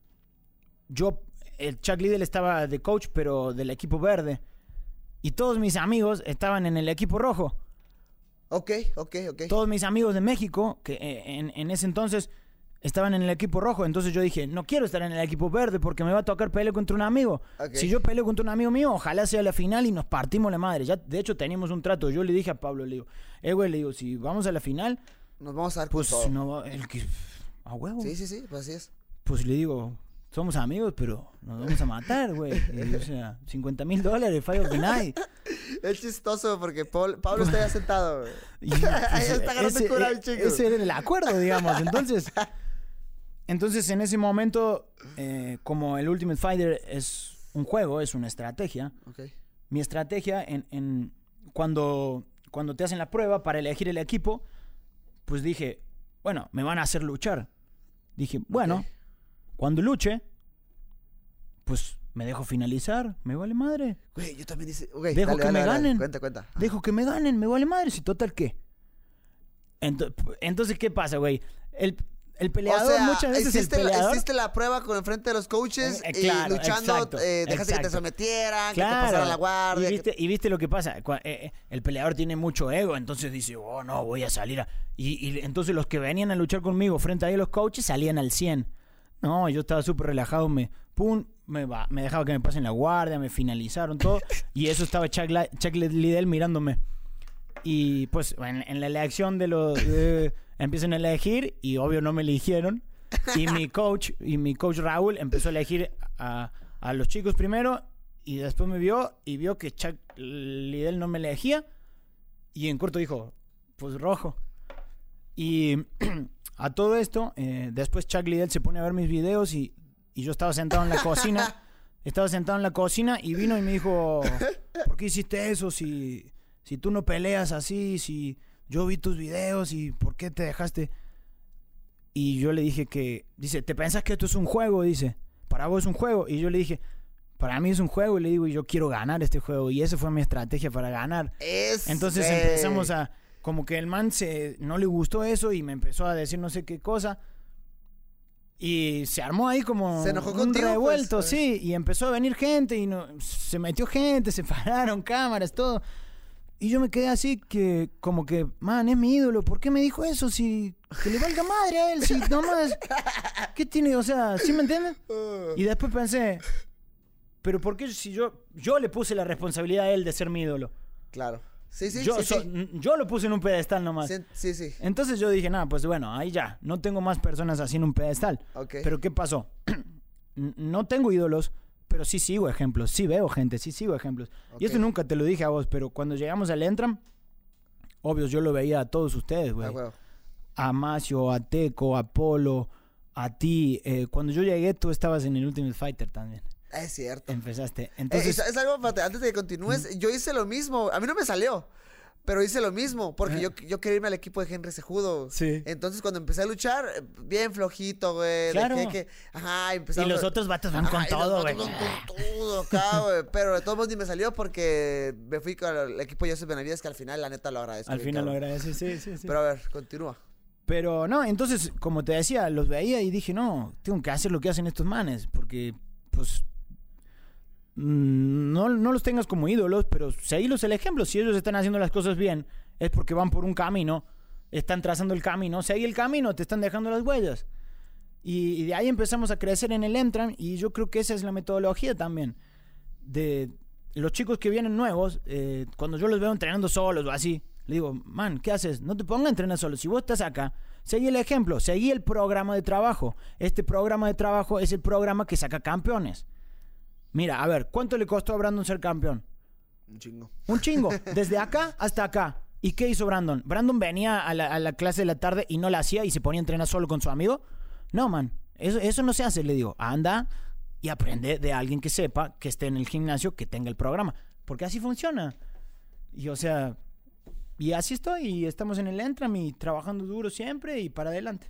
S5: yo, el Chuck Liddell estaba de coach, pero del equipo verde. Y todos mis amigos estaban en el equipo rojo.
S3: Ok, ok, ok.
S5: Todos mis amigos de México, que eh, en, en ese entonces estaban en el equipo rojo. Entonces yo dije, no quiero estar en el equipo verde porque me va a tocar pelear contra un amigo.
S3: Ok.
S5: Si yo peleo contra un amigo mío, ojalá sea la final y nos partimos la madre. Ya, de hecho, teníamos un trato. Yo le dije a Pablo, le digo, eh, güey, le digo, si vamos a la final,
S3: Nos vamos a dar
S5: pues
S3: con todo.
S5: no va- el que... A huevo.
S3: Sí, sí, sí, pues así es.
S5: Pues le digo, somos amigos, pero nos vamos a matar, güey. Y, o sea, cincuenta mil dólares, Fight of the Night.
S3: Es chistoso porque Paul- Pablo está ya sentado, güey.
S5: Y, pues,
S3: Ahí está agarrando
S5: ese,
S3: cura,
S5: e-
S3: el chico.
S5: ese era el acuerdo, digamos. Entonces, entonces en ese momento, eh, como el Ultimate Fighter es un juego, es una estrategia,
S3: Ok.
S5: mi estrategia en, en cuando, cuando te hacen la prueba para elegir el equipo, pues dije, bueno, me van a hacer luchar. Dije, bueno,
S3: Ok.
S5: cuando luche, pues me dejo finalizar, me vale madre.
S3: Güey, yo también dice. Ok,
S5: Dejo
S3: dale,
S5: que
S3: dale,
S5: me
S3: dale, dale.
S5: ganen.
S3: Cuenta, cuenta.
S5: Dejo que me ganen, me vale madre, si total qué. Ento- Entonces, ¿qué pasa, güey? El, el peleador,
S3: o sea,
S5: muchas veces
S3: hiciste,
S5: el
S3: la,
S5: peleador...
S3: hiciste la prueba con enfrente de los coaches
S5: Eh,
S3: y
S5: claro,
S3: luchando,
S5: exacto,
S3: eh, dejaste que te
S5: exacto.
S3: sometieran, que te
S5: Claro,
S3: pasaran la guardia.
S5: y
S3: que-
S5: viste, y viste lo que pasa. Cua- eh, eh, el peleador tiene mucho ego, entonces dice, oh, no, voy a salir a... Y, y entonces los que venían a luchar conmigo frente a ellos los coaches salían al cien. No, yo estaba súper relajado, me... Pum, me, va- me dejaba que me pasen la guardia, me finalizaron todo. Y eso estaba Chuck, La- Chuck Liddell mirándome. Y pues en, en la elección de los... de- empiezan a elegir y obvio no me eligieron. Y mi coach, y mi coach Raúl empezó a elegir a, a los chicos primero y después me vio y vio que Chuck Liddell no me elegía y en corto dijo, pues rojo. Y a todo esto, eh, después Chuck Liddell se pone a ver mis videos y, y yo estaba sentado en la cocina, estaba sentado en la cocina y vino y me dijo, ¿por qué hiciste eso si, si tú no peleas así, si yo vi tus videos y por qué te dejaste? Y yo le dije que, dice, ¿te pensás que esto es un juego? Dice, para vos es un juego. Y yo le dije, para mí es un juego. Y le digo, yo quiero ganar este juego. Y esa fue mi estrategia para ganar.
S3: Es,
S5: Entonces
S3: güey.
S5: empezamos a, como que el man se, no le gustó eso y me empezó a decir no sé qué cosa. Y se armó ahí como
S3: Se enojó
S5: un
S3: contigo,
S5: revuelto,
S3: pues.
S5: sí. Y empezó a venir gente y no, se metió gente, se pararon cámaras, todo. Y yo me quedé así que, como que, man, es mi ídolo. ¿Por qué me dijo eso? Si, que le valga madre a él, si nomás... ¿Qué tiene? O sea, ¿sí me entiendes? Y después pensé, pero ¿por qué si yo... Yo le puse la responsabilidad a él de ser mi ídolo?
S3: Claro. Sí, sí,
S5: yo,
S3: sí,
S5: so,
S3: sí.
S5: Yo lo puse en un pedestal nomás.
S3: Sí, sí, sí.
S5: Entonces yo dije, nada, pues bueno, ahí ya. No tengo más personas así en un pedestal.
S3: Okay.
S5: Pero ¿qué pasó? No tengo ídolos, pero sí sigo ejemplos. Sí veo gente, sí sigo ejemplos. Okay. Y esto nunca te lo dije a vos, pero cuando llegamos al Entram, obvio, yo lo veía a todos ustedes, güey. Ah, bueno. A Macio, a Teco, a Polo, a ti. Eh, cuando yo llegué, tú estabas en el Ultimate Fighter también.
S3: Es cierto.
S5: Empezaste. Entonces,
S3: eh, es, es algo, antes de que continúes, ¿Mm? Yo hice lo mismo. A mí no me salió, pero hice lo mismo, porque yo, yo quería irme al equipo de Henry Cejudo.
S5: Sí.
S3: Entonces, cuando empecé a luchar, bien flojito, güey.
S5: Claro.
S3: Dejé que, ajá, empezamos,
S5: y los otros vatos van ajá, con todo, güey.
S3: Con todo acá, güey. Pero de todos modos ni me salió porque me fui con el equipo de Joseph Benavides, que al final, la neta, lo agradezco.
S5: Al final cabrón. Lo agradezco, sí, sí, sí.
S3: Pero a ver, continúa.
S5: Pero no, entonces, como te decía, los veía y dije, no, tengo que hacer lo que hacen estos manes, porque, pues... No, no los tengas como ídolos, pero seguilos el ejemplo. Si ellos están haciendo las cosas bien, es porque van por un camino, están trazando el camino, seguí el camino, te están dejando las huellas. Y, y de ahí empezamos a crecer en el Entram, y yo creo que esa es la metodología también. De los chicos que vienen nuevos, eh, cuando yo los veo entrenando solos o así, le digo, man, ¿qué haces? No te pongas a entrenar solo. Si vos estás acá, seguí el ejemplo, seguí el programa de trabajo. Este programa de trabajo es el programa que saca campeones. Mira, a ver, ¿cuánto le costó a Brandon ser campeón?
S3: Un chingo.
S5: Un chingo. Desde acá hasta acá. ¿Y qué hizo Brandon? ¿Brandon venía a la, a la clase de la tarde y no la hacía y se ponía a entrenar solo con su amigo? No, man. Eso, eso no se hace, le digo. Anda y aprende de alguien que sepa, que esté en el gimnasio, que tenga el programa. Porque así funciona. Y o sea... Y así estoy. Y estamos en el Entram y trabajando duro siempre y para adelante.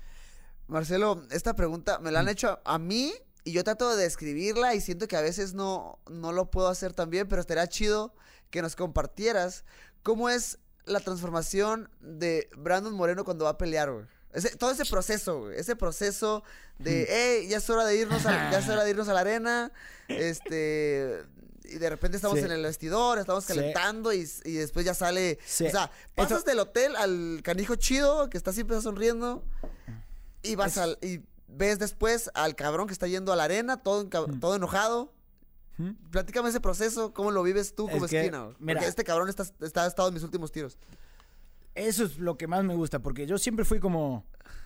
S3: Marcelo, esta pregunta me la han hecho a, a mí... Y yo trato de describirla y siento que a veces no, no lo puedo hacer tan bien, pero estaría chido que nos compartieras cómo es la transformación de Brandon Moreno cuando va a pelear, güey. Ese, todo ese proceso, güey. Ese proceso de, hey, ya es hora de irnos a, ya es hora de irnos a la arena. Este... Y de repente estamos sí. en el vestidor, estamos calentando sí. y, y después ya sale... Sí. O sea, pasas Esto... del hotel al canijo chido, que está siempre sonriendo, y vas es... al... Y, ves después al cabrón que está yendo a la arena, todo, mm. todo enojado. ¿Mm? Platícame ese proceso, ¿cómo lo vives tú como es que, esquina? Mira, porque este cabrón está, está, ha estado en mis últimos tiros.
S5: Eso es lo que más me gusta, porque yo siempre fui como...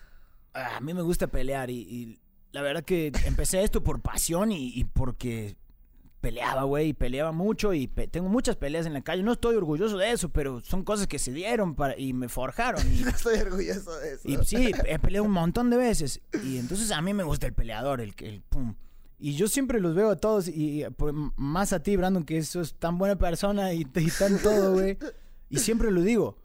S5: A mí me gusta pelear y, y la verdad que empecé esto por pasión y, y porque peleaba, güey, y peleaba mucho y pe- tengo muchas peleas en la calle. No estoy orgulloso de eso, pero son cosas que se dieron para, y me forjaron. Y,
S3: no estoy orgulloso de eso.
S5: Y sí, he peleado un montón de veces. Y entonces a mí me gusta el peleador, el, el pum. Y yo siempre los veo a todos, y, y por, más a ti, Brandon, que sos tan buena persona y, y tan todo, güey. Y siempre lo digo.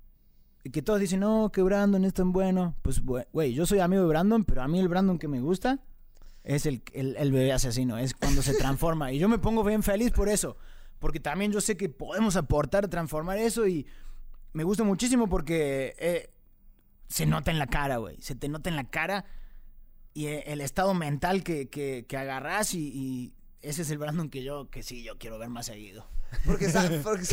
S5: Y que todos dicen, no, que Brandon es tan bueno. Pues, güey, yo soy amigo de Brandon, pero a mí el Brandon que me gusta... Es el, el, el bebé asesino, es cuando se transforma. Y yo me pongo bien feliz por eso. Porque también yo sé que podemos aportar, transformar eso. Y me gusta muchísimo porque eh, se nota en la cara, güey. Se te nota en la cara. Y eh, el estado mental que, que, que agarras. Y, y ese es el Brandon que yo, que sí, yo quiero ver más seguido.
S3: Porque, ¿sabes? porque,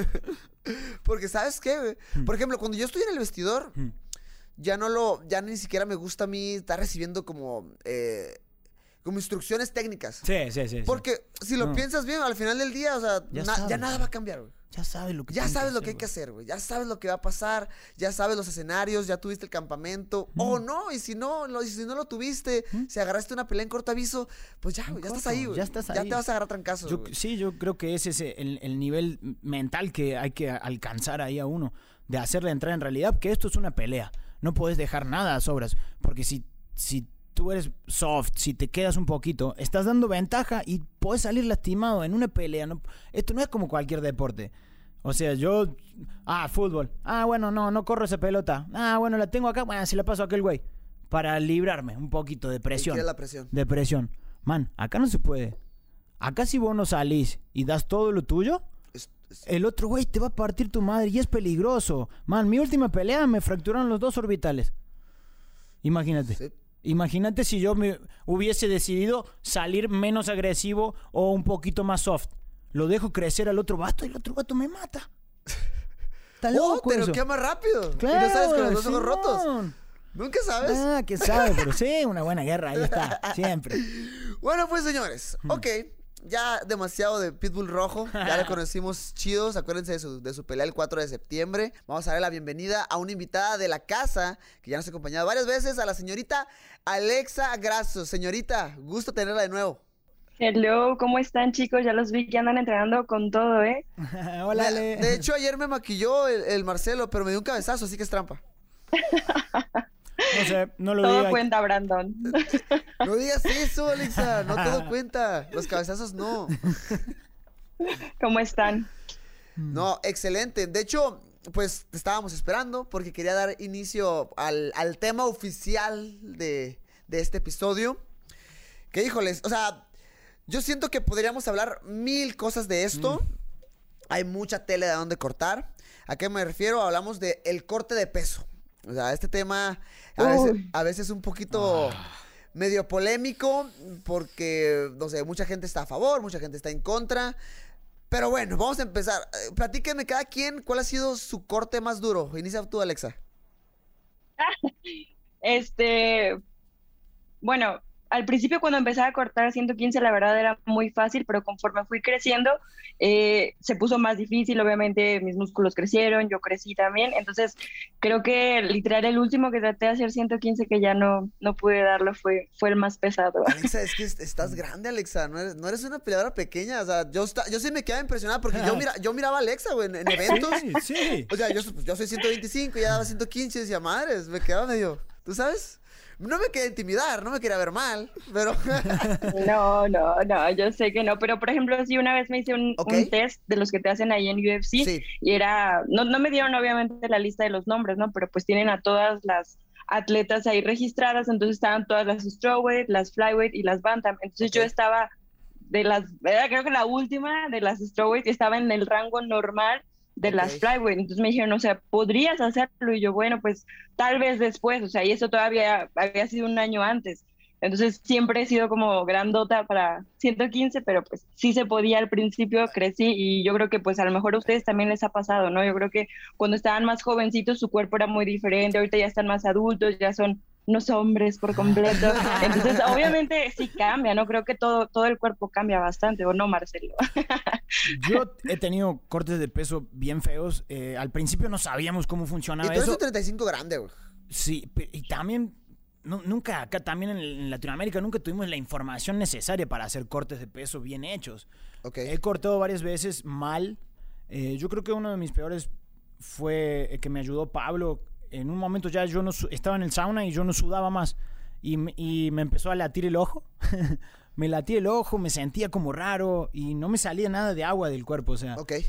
S3: porque ¿sabes qué, güey? Por ejemplo, cuando yo estoy en el vestidor, ya no lo, ya ni siquiera me gusta a mí estar recibiendo como... Eh, como instrucciones técnicas.
S5: Sí, sí, sí.
S3: Porque
S5: sí.
S3: si lo
S5: no.
S3: piensas bien, al final del día, o sea,
S5: ya,
S3: na- ya nada va a cambiar, güey.
S5: Ya sabes lo que
S3: Ya sabes
S5: que
S3: lo que hay que hacer, güey. Ya sabes lo que va a pasar. Ya sabes los escenarios. Ya tuviste el campamento. Mm. O no. Y si no, lo, y si no lo tuviste, ¿Mm? si agarraste una pelea en corto aviso, pues ya, güey. Ya estás ahí, güey.
S5: Ya estás ahí.
S3: Ya te vas a agarrar trancazos,
S5: yo, Sí, yo creo que ese es el, el nivel mental que hay que alcanzar ahí a uno. De hacerle entrar en realidad que esto es una pelea. No puedes dejar nada a sobras. Porque si... si tú eres soft, si te quedas un poquito, estás dando ventaja y puedes salir lastimado en una pelea. No, esto no es como cualquier deporte. O sea, yo... Ah, fútbol. Ah, bueno, no, no corro esa pelota. Ah, bueno, la tengo acá. Bueno, si la paso a aquel güey. Para librarme un poquito de presión.
S3: ¿Qué es la presión?
S5: De presión. Man, acá no se puede. Acá si vos no salís y das todo lo tuyo... Es, es... El otro güey te va a partir tu madre y es peligroso. Man, mi última pelea me fracturaron los dos orbitales. Imagínate. Sí. Imagínate si yo me hubiese decidido salir menos agresivo o un poquito más soft. Lo dejo crecer al otro vato y el otro vato me mata. Está
S3: Oh,
S5: loco
S3: te
S5: eso.
S3: noquea más rápido.
S5: Claro,
S3: y no sabes con los dos ojos
S5: Simón.
S3: rotos. Nunca sabes.
S5: Ah, que sabe, pero sí, una buena guerra, ahí está, siempre.
S3: Bueno, pues señores, ok. Ya demasiado de Pitbull Rojo. Ya lo conocimos chidos. Acuérdense de su, de su pelea el cuatro de septiembre. Vamos a darle la bienvenida a una invitada de la casa que ya nos ha acompañado varias veces, a la señorita Alexa Grasso. Señorita, gusto tenerla de nuevo.
S6: Hello, ¿cómo están, chicos? Ya los vi que andan entrenando con todo, ¿eh?
S5: Hola,
S3: De,
S5: Ale.
S3: de hecho, ayer me maquilló el, el Marcelo, pero me dio un cabezazo, así que es trampa.
S5: No sé, no lo
S6: Todo
S5: diga.
S6: cuenta, Brandon.
S3: No digas eso, Alexa. No todo cuenta. Los cabezazos no.
S6: ¿Cómo están?
S3: No, excelente. De hecho, pues te estábamos esperando porque quería dar inicio al, al tema oficial de, de este episodio. Que híjoles, o sea, yo siento que podríamos hablar mil cosas de esto. Mm. Hay mucha tela de dónde cortar. ¿A qué me refiero? Hablamos de el corte de peso. O sea, este tema a veces, a veces un poquito ah. medio polémico porque, no sé, mucha gente está a favor, mucha gente está en contra. Pero bueno, vamos a empezar. Platíquenme cada quien cuál ha sido su corte más duro. Inicia tú, Alexa.
S6: Este, bueno, al principio cuando empezaba a cortar ciento quince la verdad era muy fácil, pero conforme fui creciendo eh, se puso más difícil. Obviamente mis músculos crecieron, yo crecí también, entonces creo que literal el último que traté de hacer ciento quince que ya no, no pude darlo fue, fue el más pesado.
S3: Alexa, es que estás grande, Alexa, no eres, no eres una peleadora pequeña. O sea, yo, yo sí me quedaba impresionada porque yo, mira, yo miraba a Alexa, güey, en, en eventos.
S5: Sí, sí.
S3: O sea, yo, yo soy ciento veinticinco y ya daba ciento quince y decía, madres, me quedaba medio, ¿tú sabes? No me quería intimidar, no me quería ver mal, pero...
S6: No, no, no, yo sé que no, pero por ejemplo, sí, una vez me hice un, okay. un test de los que te hacen ahí en U F C, sí. Y era, no, no me dieron obviamente la lista de los nombres, ¿no? Pero pues tienen a todas las atletas ahí registradas, entonces estaban todas las strawweight, las flyweight y las bantam, entonces okay. Yo estaba de las, era, creo que la última de las strawweight estaba en el rango normal de okay. Las flyweight, entonces me dijeron, o sea, ¿podrías hacerlo? Y yo, bueno, pues tal vez después, o sea, y eso todavía había sido un año antes, entonces siempre he sido como grandota para ciento quince, pero pues sí se podía al principio, crecí y yo creo que pues a lo mejor a ustedes también les ha pasado, ¿no? Yo creo que cuando estaban más jovencitos su cuerpo era muy diferente, ahorita ya están más adultos, ya son unos hombres por completo, entonces obviamente sí cambia, ¿no? Creo que todo, todo el cuerpo cambia bastante, ¿o no, Marcelo?
S5: Yo he tenido cortes de peso bien feos, eh, al principio no sabíamos cómo funcionaba eso.
S3: Y tú eres un treinta y cinco grande, güey.
S5: Sí, y también, no, nunca, acá también en Latinoamérica, nunca tuvimos la información necesaria para hacer cortes de peso bien hechos. Okay. He cortado varias veces mal, eh, yo creo que uno de mis peores fue el que me ayudó Pablo. En un momento ya yo no estaba en el sauna y yo no sudaba más y, y me empezó a latir el ojo. Me latía el ojo, me sentía como raro y no me salía nada de agua del cuerpo, o sea.
S3: Okay.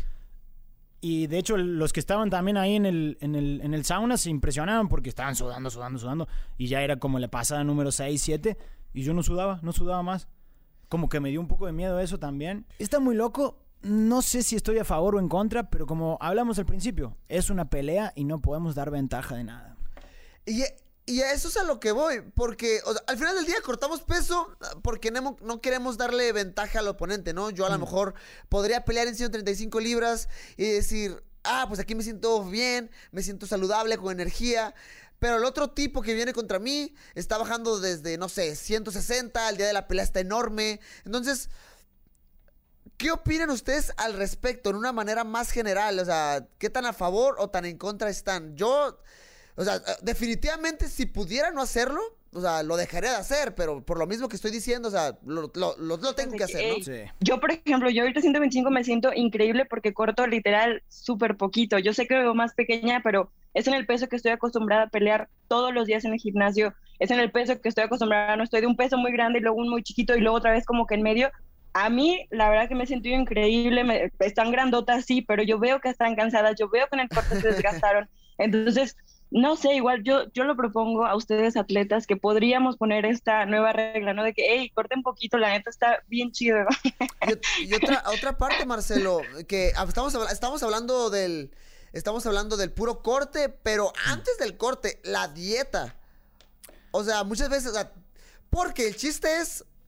S5: Y de hecho los que estaban también ahí en el, en el, en el sauna se impresionaban porque estaban sudando, sudando, sudando y ya era como la pasada número seis, siete y yo no sudaba, no sudaba más. Como que me dio un poco de miedo eso también. Está muy loco. No sé si estoy a favor o en contra, pero como hablamos al principio, es una pelea y no podemos dar ventaja de nada.
S3: Y, y a eso es a lo que voy, porque o sea, al final del día cortamos peso porque no, no queremos darle ventaja al oponente, ¿no? Yo a lo mm. mejor podría pelear en ciento treinta y cinco libras y decir, ah, pues aquí me siento bien, me siento saludable, con energía. Pero el otro tipo que viene contra mí está bajando desde, no sé, ciento sesenta, el día de la pelea está enorme. Entonces... ¿qué opinan ustedes al respecto en una manera más general? O sea, ¿qué tan a favor o tan en contra están? Yo, o sea, definitivamente si pudiera no hacerlo, o sea, lo dejaría de hacer, pero por lo mismo que estoy diciendo, o sea, lo, lo, lo, lo tengo que hacer, ¿no?
S5: Sí.
S6: Yo, por ejemplo, yo ahorita ciento veinticinco me siento increíble porque corto literal súper poquito. Yo sé que me veo más pequeña, pero es en el peso que estoy acostumbrada a pelear todos los días en el gimnasio. Es en el peso que estoy acostumbrada, no estoy de un peso muy grande y luego un muy chiquito y luego otra vez como que en medio. A mí, la verdad que me he sentido increíble, me, están grandotas, sí, pero yo veo que están cansadas, yo veo que en el corte se desgastaron. Entonces, no sé, igual yo, yo lo propongo a ustedes atletas que podríamos poner esta nueva regla, ¿no? De que, hey, corten un poquito, la neta está bien chido.
S3: Y, y otra, otra parte, Marcelo, que estamos, estamos hablando del, estamos hablando del puro corte, pero antes del corte, la dieta. O sea, muchas veces, o sea, porque el chiste es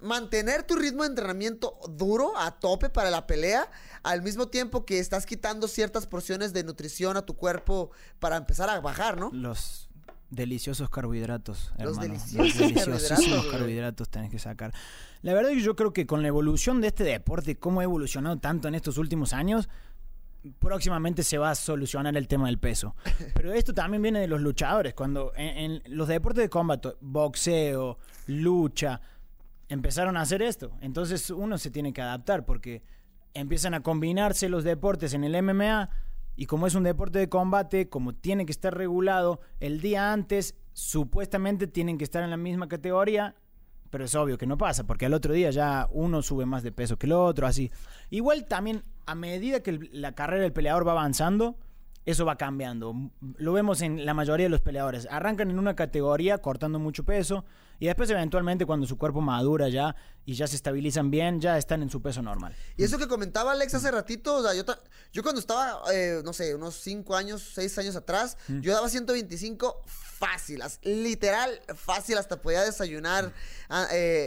S3: mantener tu ritmo de entrenamiento duro, a tope para la pelea, al mismo tiempo que estás quitando ciertas porciones de nutrición a tu cuerpo para empezar a bajar, ¿no?
S5: Los deliciosos carbohidratos, hermano.
S3: Los deliciosos,
S5: Los deliciosísimos
S3: carbohidratos,
S5: carbohidratos tenés que sacar. La verdad es que yo creo que con la evolución de este deporte, cómo ha evolucionado tanto en estos últimos años, próximamente se va a solucionar el tema del peso. Pero esto también viene de los luchadores. Cuando en, en los deportes de combate, boxeo, lucha, empezaron a hacer esto. Entonces uno se tiene que adaptar porque empiezan a combinarse los deportes en el M M A y como es un deporte de combate, como tiene que estar regulado, el día antes supuestamente tienen que estar en la misma categoría, pero es obvio que no pasa porque al otro día ya uno sube más de peso que el otro, así. Igual también a medida que el, la carrera del peleador va avanzando, eso va cambiando. Lo vemos en la mayoría de los peleadores. Arrancan en una categoría cortando mucho peso y después eventualmente cuando su cuerpo madura ya y ya se estabilizan bien, ya están en su peso normal.
S3: Y eso que comentaba Alex hace ratito, o sea, yo, yo cuando estaba, eh, no sé, unos cinco años, seis años atrás, mm. yo daba ciento veinticinco fácil, literal fácil, hasta podía desayunar eh,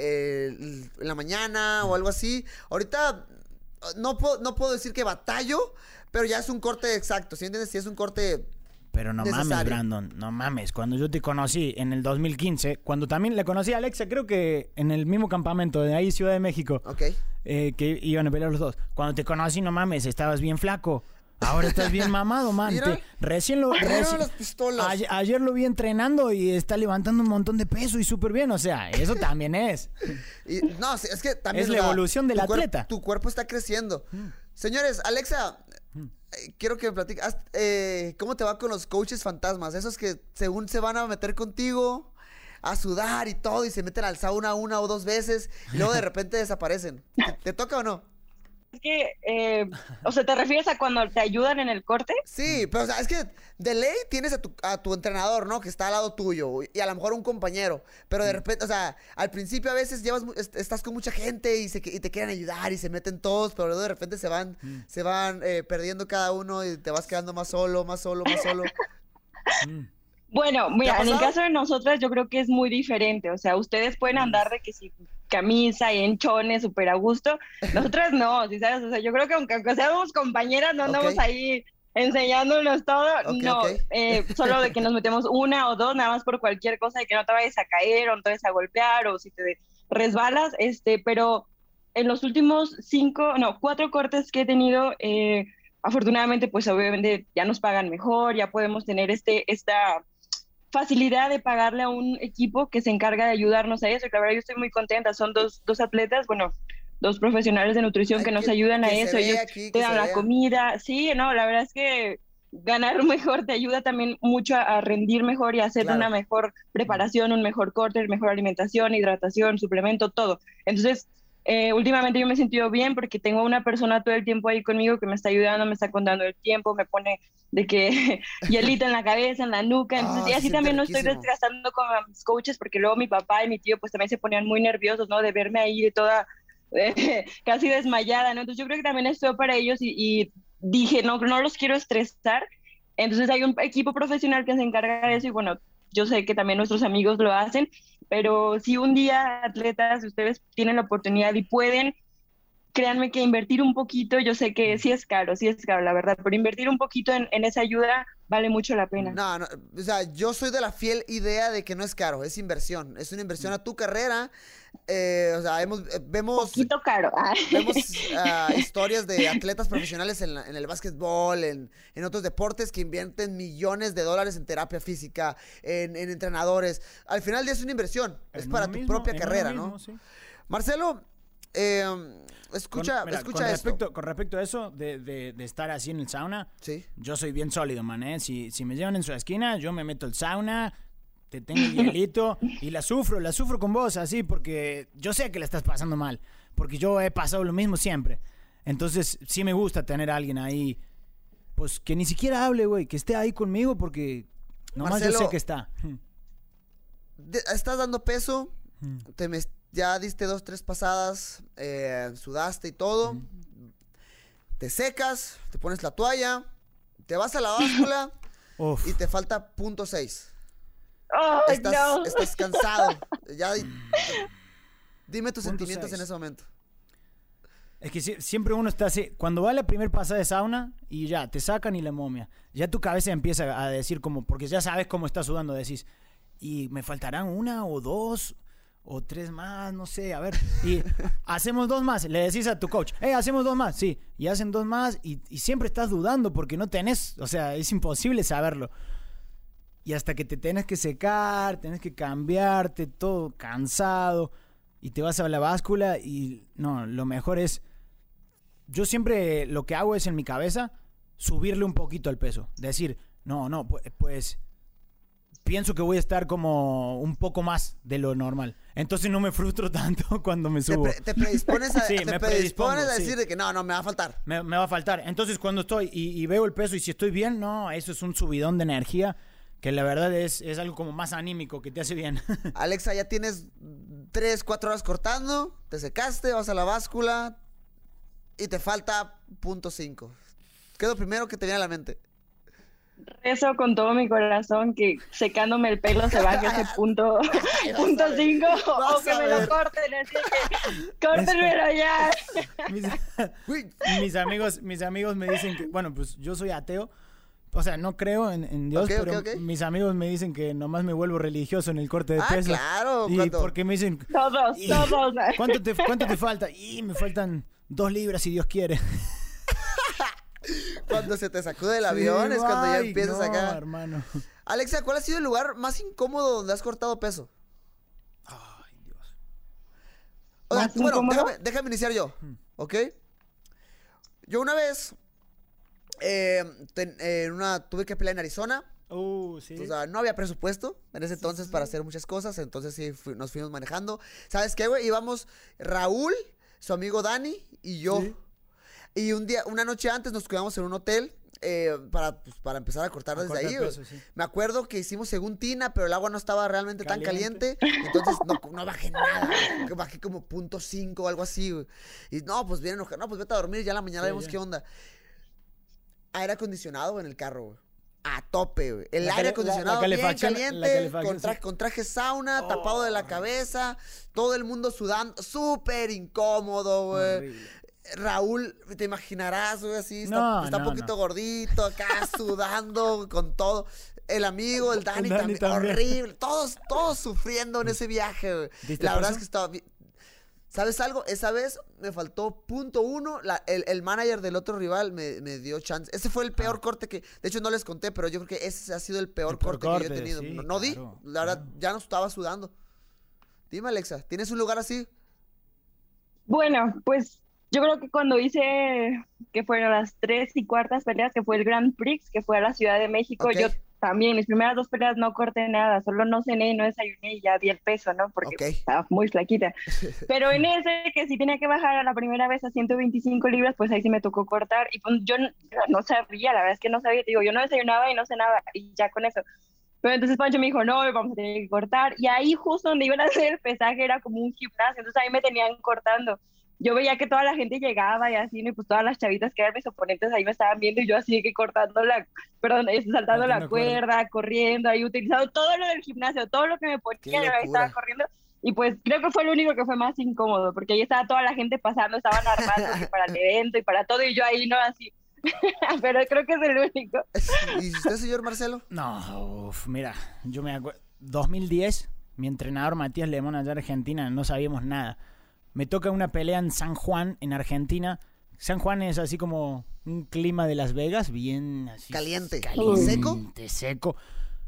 S3: eh, en la mañana mm. o algo así. Ahorita no puedo, no puedo decir que batallo, pero ya es un corte exacto, ¿sí entiendes? Si es un corte
S5: Pero no
S3: necesario.
S5: mames, Brandon, no mames. Cuando yo te conocí en el dos mil quince, cuando también le conocí a Alexa, creo que en el mismo campamento de ahí, Ciudad de México,
S3: okay.
S5: eh, que iban a pelear los dos. Cuando te conocí, no mames, estabas bien flaco. Ahora estás bien mamado, man. Te, recién lo... Reci
S3: las pistolas.
S5: Ayer, ayer lo vi entrenando y está levantando un montón de peso y súper bien. O sea, eso también es.
S3: Y, no, es que también...
S5: Es la evolución del atleta.
S3: Tu cuerpo está creciendo. Mm. Señores, Alexa... Mm. Quiero que me platiques, eh, ¿cómo te va con los coaches fantasmas? Esos que según se van a meter contigo a sudar y todo y se meten al sauna una o dos veces y luego de repente desaparecen. ¿Te, te toca o no?
S6: Es que, eh, o sea, ¿te refieres a cuando te ayudan en el corte?
S3: Sí, pero o sea, es que de ley tienes a tu, a tu entrenador, ¿no? Que está al lado tuyo y a lo mejor un compañero, pero de repente, o sea, al principio a veces llevas, estás con mucha gente y, se, y te quieren ayudar y se meten todos, pero luego de repente se van, mm. se van eh, perdiendo cada uno y te vas quedando más solo, más solo, más solo.
S6: mm. Bueno, mira, en el caso de nosotras yo creo que es muy diferente, o sea, ustedes pueden andar de que si camisa y en chones súper a gusto, nosotras no, ¿sí sabes? O sea, yo creo que aunque, aunque seamos compañeras, no andamos okay. ahí enseñándonos todo, okay, no, okay. Eh, solo de que nos metemos una o dos, nada más por cualquier cosa, de que no te vayas a caer o no te vayas a golpear o si te resbalas, este, pero en los últimos cinco, no, cuatro cortes que he tenido, eh, afortunadamente, pues obviamente ya nos pagan mejor, ya podemos tener este, esta facilidad de pagarle a un equipo que se encarga de ayudarnos a eso. Y la verdad yo estoy muy contenta, son dos, dos atletas, bueno, dos profesionales de nutrición Ay, que nos que, ayudan que a eso, ellos aquí, te dan la vea. comida, sí, no, la verdad es que ganar mejor te ayuda también mucho a, a rendir mejor y a hacer claro. una mejor preparación, un mejor corte, mejor alimentación, hidratación, suplemento, todo. Entonces, Eh, últimamente yo me he sentido bien porque tengo una persona todo el tiempo ahí conmigo que me está ayudando, me está contando el tiempo, me pone de que hielito en la cabeza, en la nuca, entonces, oh, y así también no estoy desgastando con mis coaches porque luego mi papá y mi tío pues también se ponían muy nerviosos, ¿no? De verme ahí de toda eh, casi desmayada, ¿no? Entonces yo creo que también esto para ellos y, y dije, no, no los quiero estresar, entonces hay un equipo profesional que se encarga de eso y bueno, yo sé que también nuestros amigos lo hacen, pero si un día, atletas, ustedes tienen la oportunidad y pueden, créanme que invertir un poquito, yo sé que sí es caro, sí es caro, la verdad, pero invertir un poquito en, en esa ayuda vale mucho la pena.
S3: No, no, o sea, yo soy de la fiel idea de que no es caro, es inversión, es una inversión a tu carrera, eh, o sea, hemos, eh, vemos...
S6: Poquito caro.
S3: Vemos uh, historias de atletas profesionales en, la, en el básquetbol, en, en otros deportes que invierten millones de dólares en terapia física, en, en entrenadores. Al final es una inversión, en es para tu mismo, propia carrera, mismo, ¿no? Sí. Marcelo, eh, escucha,
S5: con, mira,
S3: escucha
S5: con
S3: esto.
S5: Respecto, con respecto a eso, de, de, de estar así en el sauna,
S3: ¿sí?
S5: Yo soy bien sólido, man, ¿eh? Si, si me llevan en su esquina, yo me meto al sauna, te tengo el hielito y la sufro, la sufro con vos, así, porque yo sé que la estás pasando mal, porque yo he pasado lo mismo siempre. Entonces, sí me gusta tener a alguien ahí, pues, que ni siquiera hable, güey, que esté ahí conmigo, porque nomás Marcelo, yo sé que está.
S3: De, estás dando peso, hmm. te me, ya diste dos, tres pasadas, eh, sudaste y todo, hmm. te secas, te pones la toalla, te vas a la báscula y te falta punto seis.
S6: Oh,
S3: estás,
S6: no.
S3: estás cansado. Ya, Dime tus sentimientos en ese momento.
S5: Es que si, siempre uno está así, cuando va a la primera pasada de sauna y ya, te sacan y la momia, ya tu cabeza empieza a decir como, porque ya sabes cómo estás sudando, decís, y me faltarán una o dos o tres más, no sé, a ver, y hacemos dos más, le decís a tu coach, eh, hacemos dos más, sí, y hacen dos más y, y siempre estás dudando porque no tenés, o sea, es imposible saberlo. Y hasta que te tenés que secar, tenés que cambiarte, todo cansado, y te vas a la báscula y no, lo mejor es, yo siempre lo que hago es en mi cabeza subirle un poquito el peso, decir, no, no, pues, pues pienso que voy a estar como un poco más de lo normal, entonces no me frustro tanto cuando me subo.
S3: Te, pre te predispones a,
S5: sí,
S3: te
S5: me
S3: predispones a decir
S5: sí.
S3: de que no, no, me va a faltar.
S5: Me, me va a faltar, entonces cuando estoy y, y veo el peso y si estoy bien, no, eso es un subidón de energía que la verdad es, es algo como más anímico, que te hace bien.
S3: Alexa, ya tienes tres, cuatro horas cortando, te secaste, vas a la báscula y te falta punto cinco. ¿Qué es lo primero que te viene a la mente?
S6: Rezo con todo mi corazón que secándome el pelo se baje ese punto punto cinco o que me lo corten, así que córtenmelo ya.
S5: Mis, mis amigos, mis amigos me dicen que, bueno, pues yo soy ateo. O sea, no creo en, en Dios, okay, pero okay, okay. mis amigos me dicen que nomás me vuelvo religioso en el corte de
S3: ah,
S5: peso.
S3: claro.
S5: Y ¿cuánto? Porque me dicen...
S6: Todos, todos.
S5: ¿cuánto te, ¿Cuánto te falta? Y me faltan dos libras si Dios quiere.
S3: Cuando se te sacude el avión sí, es cuando ya empiezas
S5: no,
S3: acá.
S5: hermano.
S3: Alexa, ¿cuál ha sido el lugar más incómodo donde has cortado peso?
S5: Ay, Dios.
S3: O sea, bueno, déjame, déjame iniciar yo, ¿ok? Yo una vez... Eh, ten, eh, una, tuve que pelear en Arizona.
S5: Uh, sí.
S3: O sea, no había presupuesto en ese entonces sí, para hacer muchas cosas. Entonces sí, fui, nos fuimos manejando. ¿Sabes qué, güey? Íbamos Raúl, su amigo Dani y yo. ¿Sí? Y un día, una noche antes nos quedamos en un hotel eh, para, pues, para empezar a cortar a desde cortar ahí. Peso, sí. Me acuerdo que hicimos según tina, pero el agua no estaba realmente caliente. tan caliente. Entonces no, no bajé nada. Bajé como punto cinco o algo así, güey. Y no, pues bien enojado. No, pues vete a dormir. Ya en la mañana sí, vemos ya. qué onda. Aire acondicionado en el carro, güey. A tope, güey. El la aire acondicionado la, la bien caliente, con, tra con traje sauna, oh, tapado de la cabeza, todo el mundo sudando, súper incómodo, güey. Raúl, te imaginarás, güey, así, está, no, está no, un poquito no. gordito, acá sudando con todo. El amigo, el Dani, el Dani también, también, horrible. Todos, todos sufriendo en ese viaje, güey. La verdad es que estaba... ¿Sabes algo? Esa vez me faltó punto uno. La, el, el manager del otro rival me, me dio chance. Ese fue el peor ah. corte que... De hecho, no les conté, pero yo creo que ese ha sido el peor, el peor corte, corte que yo he tenido. Sí, no, no claro, di. La verdad, claro. ya no estaba sudando. Dime, Alexa, ¿tienes un lugar así?
S6: Bueno, pues yo creo que cuando hice... que fueron las tres y cuartas peleas, que fue el Grand Prix, que fue a la Ciudad de México, okay. yo... También, mis primeras dos peleas no corté nada, solo no cené, no desayuné y ya di el peso, ¿no? Porque okay. estaba muy flaquita. Pero en ese, que si tenía que bajar a la primera vez a ciento veinticinco libras, pues ahí sí me tocó cortar. Y pues yo no, no sabía, la verdad es que no sabía. Digo, yo no desayunaba y no cenaba, y ya con eso. Pero entonces Pancho me dijo, no, vamos a tener que cortar. Y ahí justo donde iban a hacer el pesaje era como un gimnasio, entonces ahí me tenían cortando. Yo veía que toda la gente llegaba y así, ¿no? Y pues todas las chavitas que eran mis oponentes ahí me estaban viendo y yo así que cortando la, perdón, saltando la cuerda, corriendo, ahí utilizando todo lo del gimnasio, todo lo que me ponía, yo ahí estaba corriendo. Y pues creo que fue lo único que fue más incómodo, porque ahí estaba toda la gente pasando, estaban armando para el evento y para todo, y yo ahí no así. Pero creo que es el único.
S3: ¿Y usted, señor Marcelo?
S5: No, uf, mira, yo me acuerdo, dos mil diez, mi entrenador Matías Lemón allá en Argentina, no sabíamos nada. Me toca una pelea en San Juan, en Argentina. San Juan es así como un clima de Las Vegas, bien así.
S3: Caliente.
S5: Caliente,
S3: ¿seco?
S5: Seco.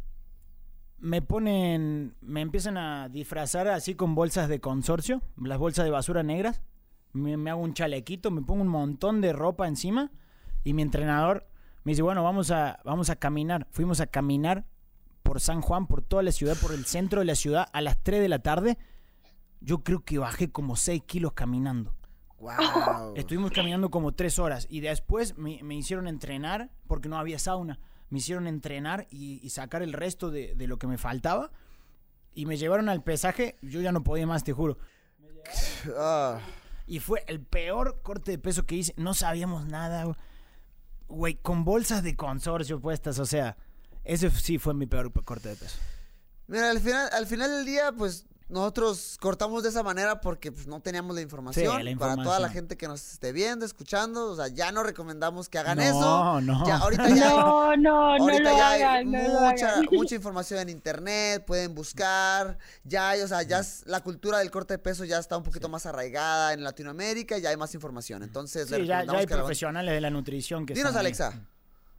S5: Me ponen, me empiezan a disfrazar así con bolsas de consorcio, las bolsas de basura negras. Me, me hago un chalequito, me pongo un montón de ropa encima y mi entrenador me dice, bueno, vamos a, vamos a caminar. Fuimos a caminar por San Juan, por toda la ciudad, por el centro de la ciudad a las tres de la tarde. Yo creo que bajé como seis kilos caminando.
S3: Wow.
S5: Estuvimos caminando como tres horas. Y después me, me hicieron entrenar, porque no había sauna. Me hicieron entrenar y, y sacar el resto de, de lo que me faltaba. Y me llevaron al pesaje. Yo ya no podía más, te juro. Uh. Y fue el peor corte de peso que hice. No sabíamos nada, güey. Con bolsas de consorcio puestas. O sea, ese sí fue mi peor corte de peso.
S3: Mira, al final, al final del día, pues... nosotros cortamos de esa manera porque pues, no teníamos la información.
S5: Sí, la información.
S3: Para toda la gente que nos esté viendo, escuchando, o sea, ya no recomendamos que hagan
S5: no,
S3: eso.
S5: No,
S3: ya, ahorita ya
S6: no,
S3: hay,
S6: no,
S3: ahorita
S6: no lo
S3: ya
S6: hagan,
S3: hay
S6: no
S3: mucha,
S6: lo hagan.
S3: mucha información en internet, pueden buscar, ya hay, o sea, ya es, la cultura del corte de peso ya está un poquito sí. más arraigada en Latinoamérica, ya hay más información. Entonces,
S5: sí, ya, ya hay profesionales de la nutrición que
S3: Dinos,
S5: están
S3: Alexa.
S5: Ahí.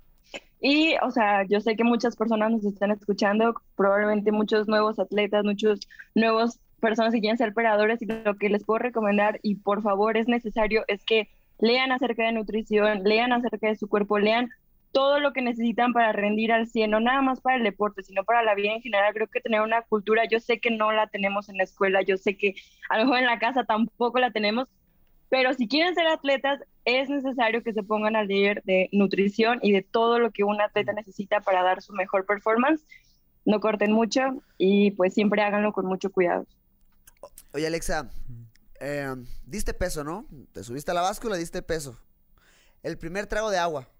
S6: Y, o sea, yo sé que muchas personas nos están escuchando, probablemente muchos nuevos atletas, muchos nuevos personas que quieren ser operadores, y lo que les puedo recomendar, y por favor es necesario, es que lean acerca de nutrición, lean acerca de su cuerpo, lean todo lo que necesitan para rendir al cien, no nada más para el deporte, sino para la vida en general. Creo que tener una cultura, yo sé que no la tenemos en la escuela, yo sé que a lo mejor en la casa tampoco la tenemos, pero si quieren ser atletas, es necesario que se pongan a leer de nutrición y de todo lo que un atleta necesita para dar su mejor performance. No corten mucho y pues siempre háganlo con mucho cuidado.
S3: Oye, Alexa, eh, diste peso, ¿no? Te subiste a la báscula, diste peso. El primer trago de agua.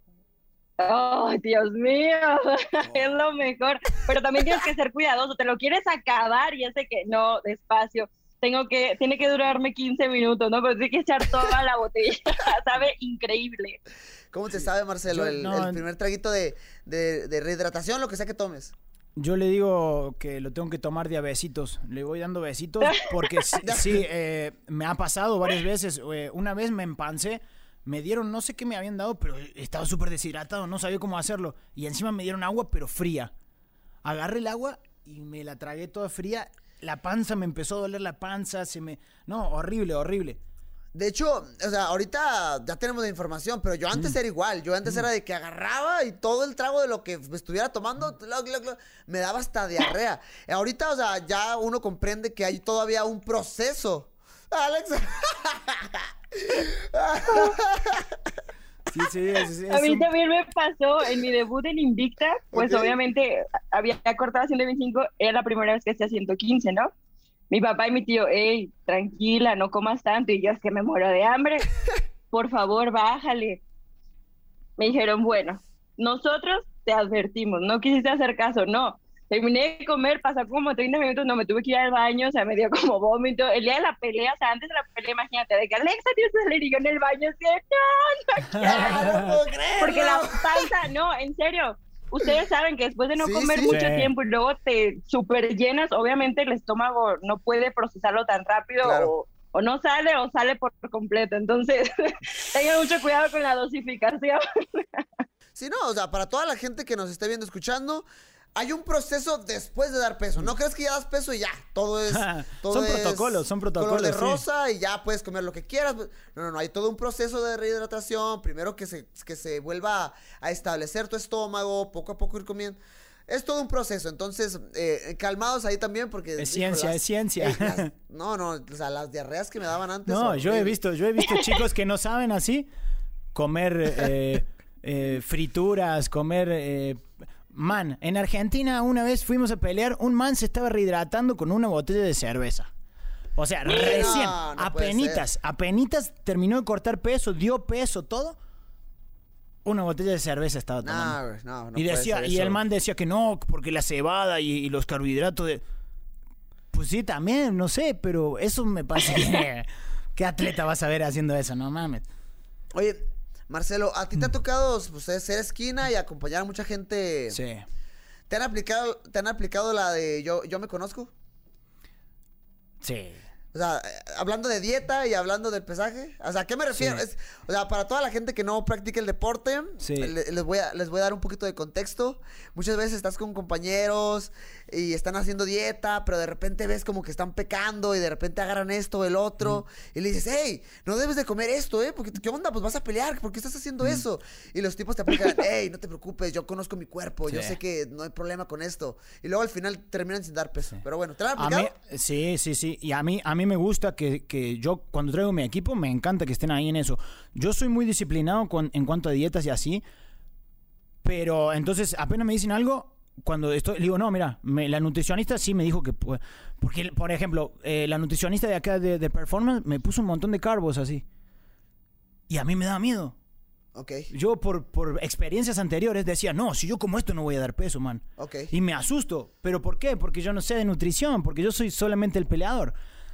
S6: ¡Oh, Dios mío! Es lo mejor. Pero también tienes que ser cuidadoso. Te lo quieres acabar y ese que no, despacio. Tengo que, tiene que durarme quince minutos, ¿no? Pero tienes que echar toda la botella. Sabe increíble.
S3: ¿Cómo te sabe, Marcelo? Yo, el, no, el primer traguito de, de, de rehidratación, lo que sea que tomes.
S5: Yo le digo que lo tengo que tomar de a besitos. Le voy dando besitos porque sí, sí eh, me ha pasado varias veces. Eh, una vez me empancé, me dieron, no sé qué me habían dado, pero estaba súper deshidratado, no sabía cómo hacerlo. Y encima me dieron agua, pero fría. Agarré el agua y me la tragué toda fría. La panza, me empezó a doler la panza, se me... No, horrible, horrible.
S3: De hecho, o sea, ahorita ya tenemos la información, pero yo antes mm. era igual. Yo antes mm. era de que agarraba y todo el trago de lo que me estuviera tomando me daba hasta diarrea. Ahorita, o sea, ya uno comprende que hay todavía un proceso. Alex.
S5: Sí, sí, es, es
S6: a mí
S5: un...
S6: también me pasó en mi debut en Invicta, pues okay. obviamente había cortado ciento veinticinco, era la primera vez que hacía ciento quince, ¿no? Mi papá y mi tío, hey, tranquila, no comas tanto, y yo es que me muero de hambre, por favor, bájale. Me dijeron, bueno, nosotros te advertimos, no quisiste hacer caso, no. Terminé de comer, pasó como treinta minutos, no me tuve que ir al baño, o sea, me dio como vómito. El día de la pelea, o sea, antes de la pelea, imagínate, de que Alexa tienes que salir y yo en el baño, así, no, no quiero, no puedo creerlo. Porque la panza, no, en serio, ustedes saben que después de no sí, comer sí, mucho sí. tiempo y luego te super llenas, obviamente el estómago no puede procesarlo tan rápido, claro. o, o no sale o sale por completo. Entonces, tengan mucho cuidado con la dosificación.
S3: Sí, no, o sea, para toda la gente que nos esté viendo, escuchando, hay un proceso después de dar peso. No crees que ya das peso y ya, todo es... Todo
S5: son
S3: es
S5: protocolos, son protocolos.
S3: Color de
S5: sí.
S3: rosa y ya puedes comer lo que quieras. No, no, no, hay todo un proceso de rehidratación. Primero que se, que se vuelva a establecer tu estómago, poco a poco ir comiendo. Es todo un proceso, entonces, eh, calmados ahí también porque...
S5: Es ciencia, las, es ciencia.
S3: Eh, las, no, no, o sea, las diarreas que me daban antes...
S5: No, yo he visto, yo he visto chicos que no saben así comer eh, eh, frituras, comer... Eh, Man, en Argentina una vez fuimos a pelear, un man se estaba rehidratando con una botella de cerveza. O sea, no, recién, no apenitas, apenitas terminó de cortar peso, dio peso, todo. Una botella de cerveza estaba tomando.
S3: No, no, no
S5: y decía, y el man decía que no, porque la cebada y, y los carbohidratos de... Pues sí, también, no sé, pero eso me parece que... ¿Qué atleta vas a ver haciendo eso? No mames.
S3: Oye... Marcelo, a ti te ha tocado pues, ser esquina y acompañar a mucha gente.
S5: Sí.
S3: ¿Te han aplicado, te han aplicado la de yo, yo me conozco?
S5: Sí.
S3: O sea, hablando de dieta y hablando del pesaje. O sea, ¿a qué me refiero? Sí. Es, o sea, para toda la gente que no practica el deporte, sí. les, les, voy a, les voy a dar un poquito de contexto. Muchas veces estás con compañeros y están haciendo dieta, pero de repente ves como que están pecando y de repente agarran esto o el otro. Mm. Y le dices, hey, no debes de comer esto, ¿eh? Porque, ¿qué onda? Pues vas a pelear. ¿Por qué estás haciendo mm. eso? Y los tipos te aplican, hey, no te preocupes, yo conozco mi cuerpo. Sí. Yo sé que no hay problema con esto. Y luego al final terminan sin dar peso. Sí. Pero bueno, ¿te lo han aplicado?
S5: A mí, sí, sí, sí. Y a mí, a mí me gusta que, que yo, cuando traigo mi equipo, me encanta que estén ahí en eso. Yo soy muy disciplinado con, en cuanto a dietas y así, pero entonces apenas me dicen algo, cuando estoy, le digo, no, mira, me, la nutricionista sí me dijo que, porque, por ejemplo, eh, la nutricionista de acá de, de Performance me puso un montón de carbos así, y a mí me da miedo. Okay. Yo por, por experiencias anteriores decía, no, si yo como esto no voy a dar peso, man.
S3: Okay.
S5: Y me asusto. ¿Pero por qué? Porque yo no sé de nutrición, porque yo soy solamente el peleador.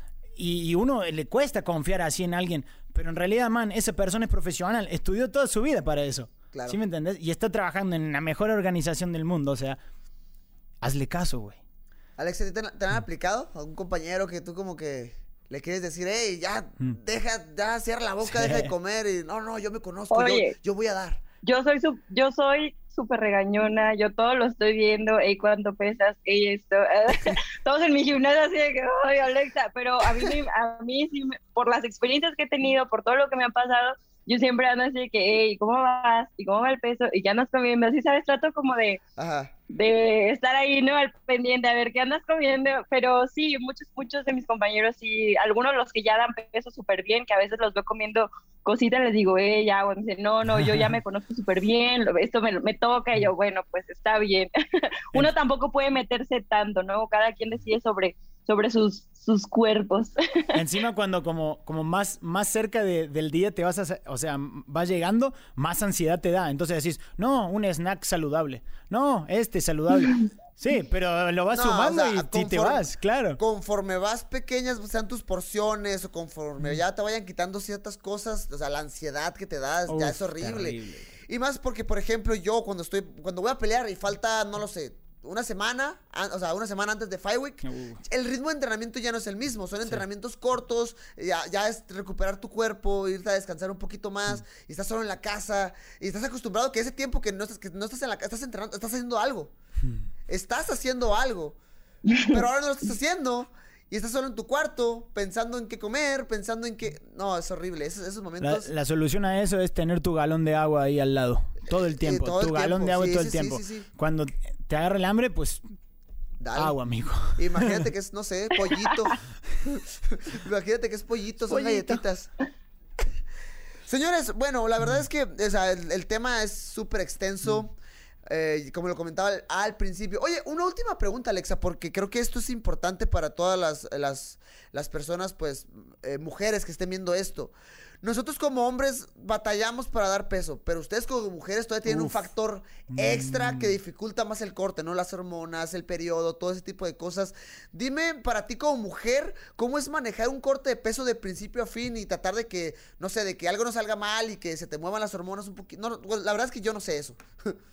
S5: Y, y uno le cuesta confiar así en alguien. Pero en realidad, man, esa persona es profesional. Estudió toda su vida para eso.
S3: Claro.
S5: ¿Sí me entendés? Y está trabajando en la mejor organización del mundo. O sea, hazle caso, güey.
S3: Alex, ¿te, te han aplicado a un compañero que tú como que le quieres decir, hey, ya, mm. deja, ya, cierra la boca, sí. deja de comer? Y no, no, yo me conozco,
S6: Oye,
S3: yo, yo voy a dar.
S6: Yo soy su, yo soy súper regañona, yo todo lo estoy viendo, hey, ¿cuánto pesas? Hey, esto, todos en mi gimnasio así de que, ay, Alexa, pero a mí, a mí sí, por las experiencias que he tenido, por todo lo que me ha pasado, yo siempre ando así de que, hey, ¿cómo vas? ¿Y cómo va el peso? Y ya andas comiendo, así, ¿sabes? Trato como de,
S3: Ajá.
S6: de estar ahí, ¿no? Al pendiente, a ver qué andas comiendo. Pero sí, muchos, muchos de mis compañeros, sí, algunos los que ya dan peso súper bien, que a veces los veo comiendo cositas, les digo, eh, ya, bueno, me dicen, no, no, yo ya me conozco súper bien, esto me, me toca, y yo, bueno, pues está bien. Uno tampoco puede meterse tanto, ¿no? Cada quien decide sobre... sobre sus, sus cuerpos.
S5: Encima cuando como, como más, más cerca de, del día te vas a, o sea, vas llegando, más ansiedad te da. Entonces decís, no, un snack saludable. No, este saludable. Sí, pero lo vas no, sumando o sea, y, conforme, y te vas, claro.
S3: Conforme vas pequeñas, sean tus porciones, o conforme mm. ya te vayan quitando ciertas cosas, o sea, la ansiedad que te das, Uf, ya es horrible. Terrible. Y más porque, por ejemplo, yo cuando estoy, cuando voy a pelear y falta, no lo sé, una semana, o sea, una semana antes de Fight Week, uh. el ritmo de entrenamiento ya no es el mismo. Son sí. entrenamientos cortos, ya, ya es recuperar tu cuerpo, irte a descansar un poquito más, mm. y estás solo en la casa, y estás acostumbrado que ese tiempo que no estás, que no estás en la casa, estás entrenando, estás haciendo algo. Mm. Estás haciendo algo, pero ahora no lo estás haciendo, y estás solo en tu cuarto, pensando en qué comer, pensando en qué... No, es horrible, esos, esos momentos...
S5: La, la solución a eso es tener tu galón de agua ahí al lado, todo el tiempo, todo tu el galón tiempo. de agua sí, todo sí, el tiempo. Sí, sí, sí. Cuando te agarra el hambre, pues... Dale. Agua, amigo.
S3: Imagínate que es, no sé, pollito. Imagínate que es pollito, son pollito. Galletitas. Señores, bueno, la verdad es que o sea, el, el tema es súper extenso. Mm. Eh, como lo comentaba al, al principio. Oye, una última pregunta, Alexa, porque creo que esto es importante para todas las, las, las personas, pues, eh, mujeres que estén viendo esto. Nosotros como hombres batallamos para dar peso, pero ustedes como mujeres todavía tienen Uf. un factor extra mm. que dificulta más el corte, ¿no? Las hormonas, el periodo, todo ese tipo de cosas. Dime, para ti como mujer, ¿cómo es manejar un corte de peso de principio a fin y tratar de que, no sé, de que algo no salga mal y que se te muevan las hormonas un poquito? No, la verdad es que yo no sé eso.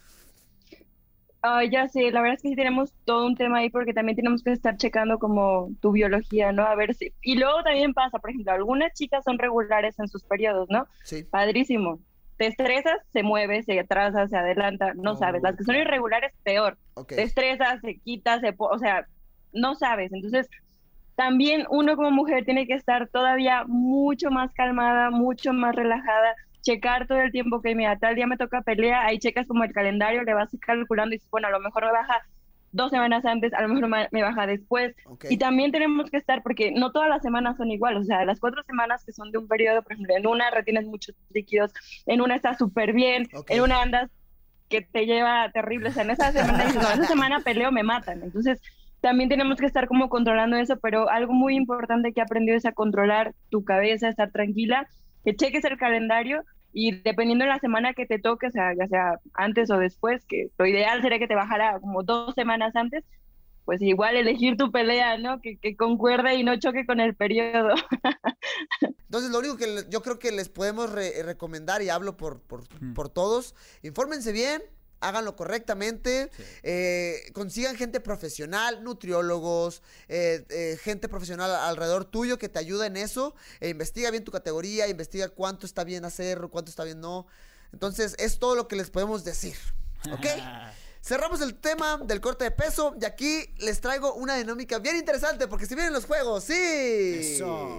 S6: Uh, ya sé, la verdad es que sí tenemos todo un tema ahí porque también tenemos que estar checando como tu biología, ¿no? A ver si... Y luego también pasa, por ejemplo, algunas chicas son regulares en sus periodos, ¿no?
S3: Sí.
S6: Padrísimo. Te estresas, se mueve, se atrasa, se adelanta, no oh, sabes. Las que son irregulares, peor.
S3: Okay.
S6: Te estresas, se quita, se... O sea, no sabes. Entonces, también uno como mujer tiene que estar todavía mucho más calmada, mucho más relajada, checar todo el tiempo que, mira, tal día me toca pelea, ahí checas como el calendario, le vas calculando y dices, bueno, a lo mejor me baja dos semanas antes, a lo mejor me baja después. Okay. Y también tenemos que estar, porque no todas las semanas son iguales, o sea, las cuatro semanas que son de un periodo, por ejemplo, en una retienes muchos líquidos, en una estás súper bien, okay. en una andas que te lleva terrible, o sea, en esa semana dices, no, esa semana peleo, me matan. Entonces, también tenemos que estar como controlando eso, pero algo muy importante que he aprendido es a controlar tu cabeza, estar tranquila, que cheques el calendario y dependiendo de la semana que te toque, o sea, ya sea antes o después, que lo ideal sería que te bajara como dos semanas antes, pues igual elegir tu pelea, ¿no? Que, que concuerde y no choque con el periodo.
S3: Entonces, lo único que yo creo que les podemos re recomendar, y hablo por, por, mm. por todos, infórmense bien, háganlo correctamente, sí. eh, consigan gente profesional, nutriólogos, eh, eh, gente profesional alrededor tuyo que te ayude en eso, e investiga bien tu categoría, investiga cuánto está bien hacer, cuánto está bien no. Entonces, es todo lo que les podemos decir, ¿ok? Cerramos el tema del corte de peso y aquí les traigo una dinámica bien interesante porque se vienen los juegos, ¡sí!
S5: Eso.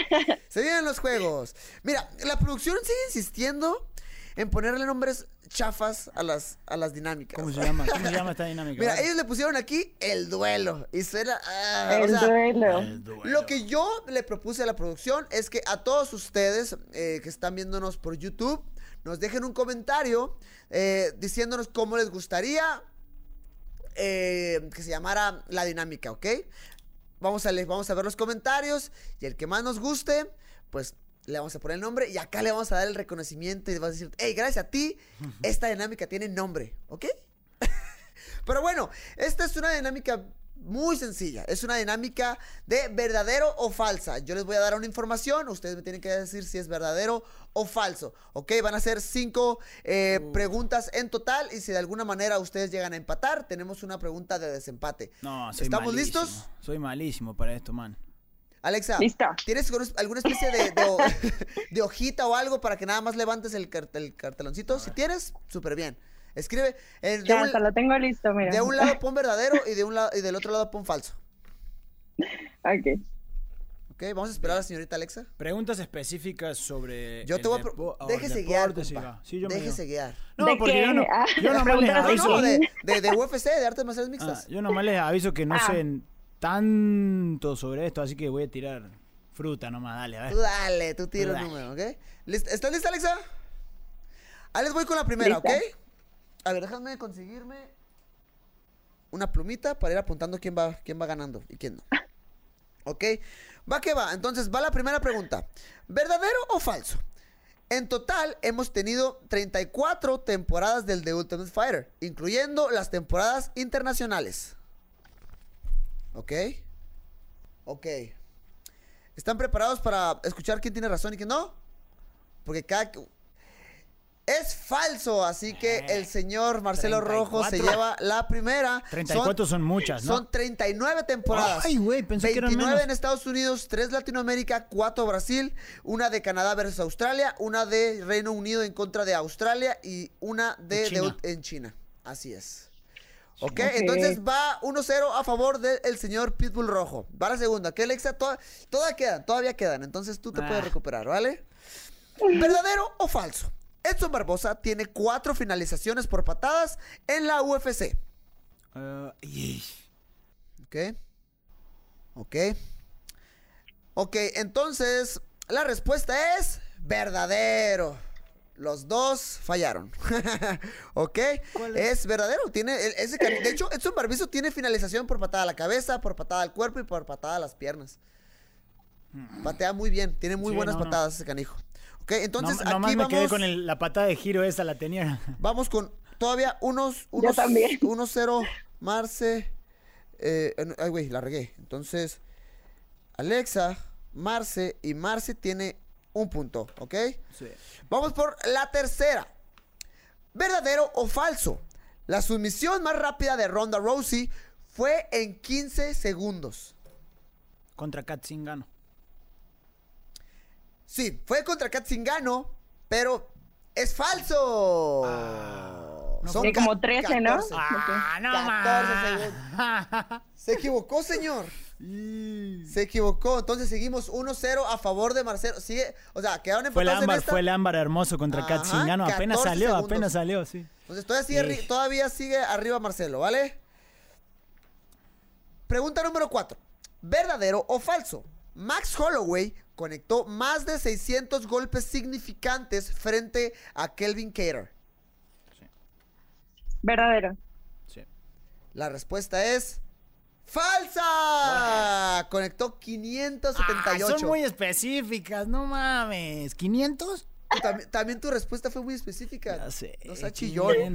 S3: Se vienen los juegos. Mira, la producción sigue insistiendo en ponerle nombres chafas a las, a las dinámicas.
S5: ¿Cómo se llama? ¿Cómo se llama esta dinámica?
S3: Mira, ellos le pusieron aquí el duelo. Y suena... Ah,
S6: el,
S3: o sea,
S6: duelo.
S5: el duelo.
S3: Lo que yo le propuse a la producción es que a todos ustedes eh, que están viéndonos por YouTube, nos dejen un comentario eh, diciéndonos cómo les gustaría eh, que se llamara la dinámica, ¿ok? Vamos a, vamos a ver los comentarios y el que más nos guste, pues Le vamos a poner el nombre y acá le vamos a dar el reconocimiento y vas a decir, hey, gracias a ti, esta dinámica tiene nombre, ¿ok? Pero bueno, esta es una dinámica muy sencilla. Es una dinámica de verdadero o falsa. Yo les voy a dar una información, ustedes me tienen que decir si es verdadero o falso, ¿ok? Van a ser cinco eh, uh. preguntas en total y si de alguna manera ustedes llegan a empatar, tenemos una pregunta de desempate.
S5: No, soy
S3: ¿Estamos
S5: malísimo.
S3: listos?
S5: Soy malísimo para esto, man.
S3: Alexa,
S6: Lista.
S3: ¿tienes alguna especie de, de, de hojita o algo para que nada más levantes el, cartel, el carteloncito? Si tienes, súper bien. Escribe. Eh, de
S6: ya,
S3: un,
S6: hasta lo tengo listo, mira.
S3: De un lado pon verdadero y, de un lado, y del otro lado pon falso.
S6: Ok.
S3: Ok, vamos a esperar a la señorita Alexa.
S5: Preguntas específicas sobre.
S3: Yo te voy a. Pro déjese guiar, compa. Sí, yo déjese guiar.
S5: No, porque qué? yo no.
S6: Ah,
S5: yo nomás les aviso.
S3: No, de, de, de U F C, de artes marciales mixtas.
S5: Ah, yo nomás les aviso que no ah. sé tanto sobre esto, así que voy a tirar fruta nomás. Dale, a ver.
S3: Tú dale, tú tira el número, ¿ok? ¿Estás lista, Alexa? Ahí les voy con la primera, ¿ok? A ver, déjame conseguirme una plumita para ir apuntando quién va, quién va ganando y quién no. ¿Ok? Va que va. Entonces, va la primera pregunta. ¿Verdadero o falso? En total, hemos tenido treinta y cuatro temporadas del The Ultimate Fighter, incluyendo las temporadas internacionales. ¿Ok? Ok. ¿Están preparados para escuchar quién tiene razón y quién no? Porque cada... Es falso, así que el señor Marcelo treinta y cuatro Rojo se lleva la primera.
S5: treinta y cuatro son, son muchas, ¿no?
S3: Son treinta y nueve temporadas.
S5: Ay, güey, pensé que eran menos.
S3: veintinueve en Estados Unidos, tres Latinoamérica, cuatro Brasil, una de Canadá versus Australia, una de Reino Unido en contra de Australia y una de, China. de en China. Así es. Ok, okay. Entonces va uno cero a favor del señor Pitbull Rojo. Va la segunda, que Alexa, toda, toda quedan, todavía quedan. Entonces tú te ah. puedes recuperar, ¿vale? ¿Verdadero o falso? Edson Barbosa tiene cuatro finalizaciones por patadas en la U F C.
S5: Uh, yeah.
S3: Ok. Ok. Ok, entonces la respuesta es verdadero. Los dos fallaron. ¿Ok? Es? es verdadero. Tiene ese, de hecho, Edson Barbosa tiene finalización por patada a la cabeza, por patada al cuerpo y por patada a las piernas. Patea muy bien. Tiene muy sí, buenas no, patadas no. ese canijo. Ok, entonces
S5: no,
S3: aquí
S5: nomás
S3: vamos...
S5: me quedé con el, la patada de giro esa, la tenía.
S3: Vamos con todavía unos... unos
S6: Yo también.
S3: uno cero, Marce... Eh, ay, güey, la regué. Entonces, Alexa, Marce y Marce tiene un punto, ¿ok?
S5: Sí.
S3: Vamos por la tercera. ¿Verdadero o falso? La sumisión más rápida de Ronda Rousey fue en quince segundos.
S5: Contra Kat Zingano.
S3: Sí, fue contra Kat Zingano, pero es falso.
S6: Ah, no, Son como trece, ¿no?
S5: Ah, no
S3: catorce segundos. Se equivocó, señor. Se equivocó. Entonces seguimos uno cero a favor de Marcelo. Sigue, o sea, quedaron empatados
S5: fue el ámbar,
S3: en esta.
S5: Fue el ámbar hermoso contra Kat Zingano. Apenas salió, segundos. apenas salió, sí.
S3: Entonces todavía sigue, sí. todavía sigue arriba Marcelo, ¿vale? Pregunta número cuatro. ¿Verdadero o falso? Max Holloway conectó más de seiscientos golpes significantes frente a Kelvin Kattar.
S6: Sí. Verdadero.
S5: Sí.
S3: La respuesta es falsa. Wow. Conectó quinientos setenta y ocho.
S5: Ah, son muy específicas, no mames. ¿quinientos?
S3: También, también tu respuesta fue muy específica.
S5: Ya sé.
S3: No sea chillón.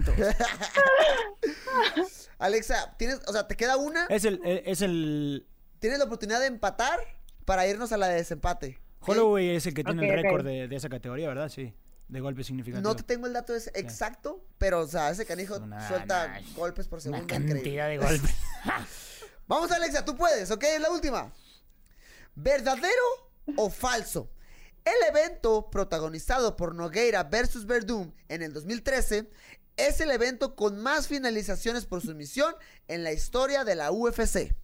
S3: Alexa, tienes, o sea, te queda una.
S5: Es el, es el.
S3: Tienes la oportunidad de empatar para irnos a la de desempate.
S5: Holloway es el que tiene
S6: okay,
S5: el récord
S6: okay.
S5: de, de esa categoría, ¿verdad? Sí. De golpes significativos.
S3: No te tengo el dato ese exacto, sí. pero, o sea, ese canijo una, suelta una, golpes por segundo.
S5: Una cantidad
S3: increíble.
S5: de golpes.
S3: Vamos, Alexa, tú puedes, ¿ok? Es la última. ¿Verdadero o falso? El evento protagonizado por Nogueira versus Verdum en el dos mil trece es el evento con más finalizaciones por sumisión en la historia de la U F C.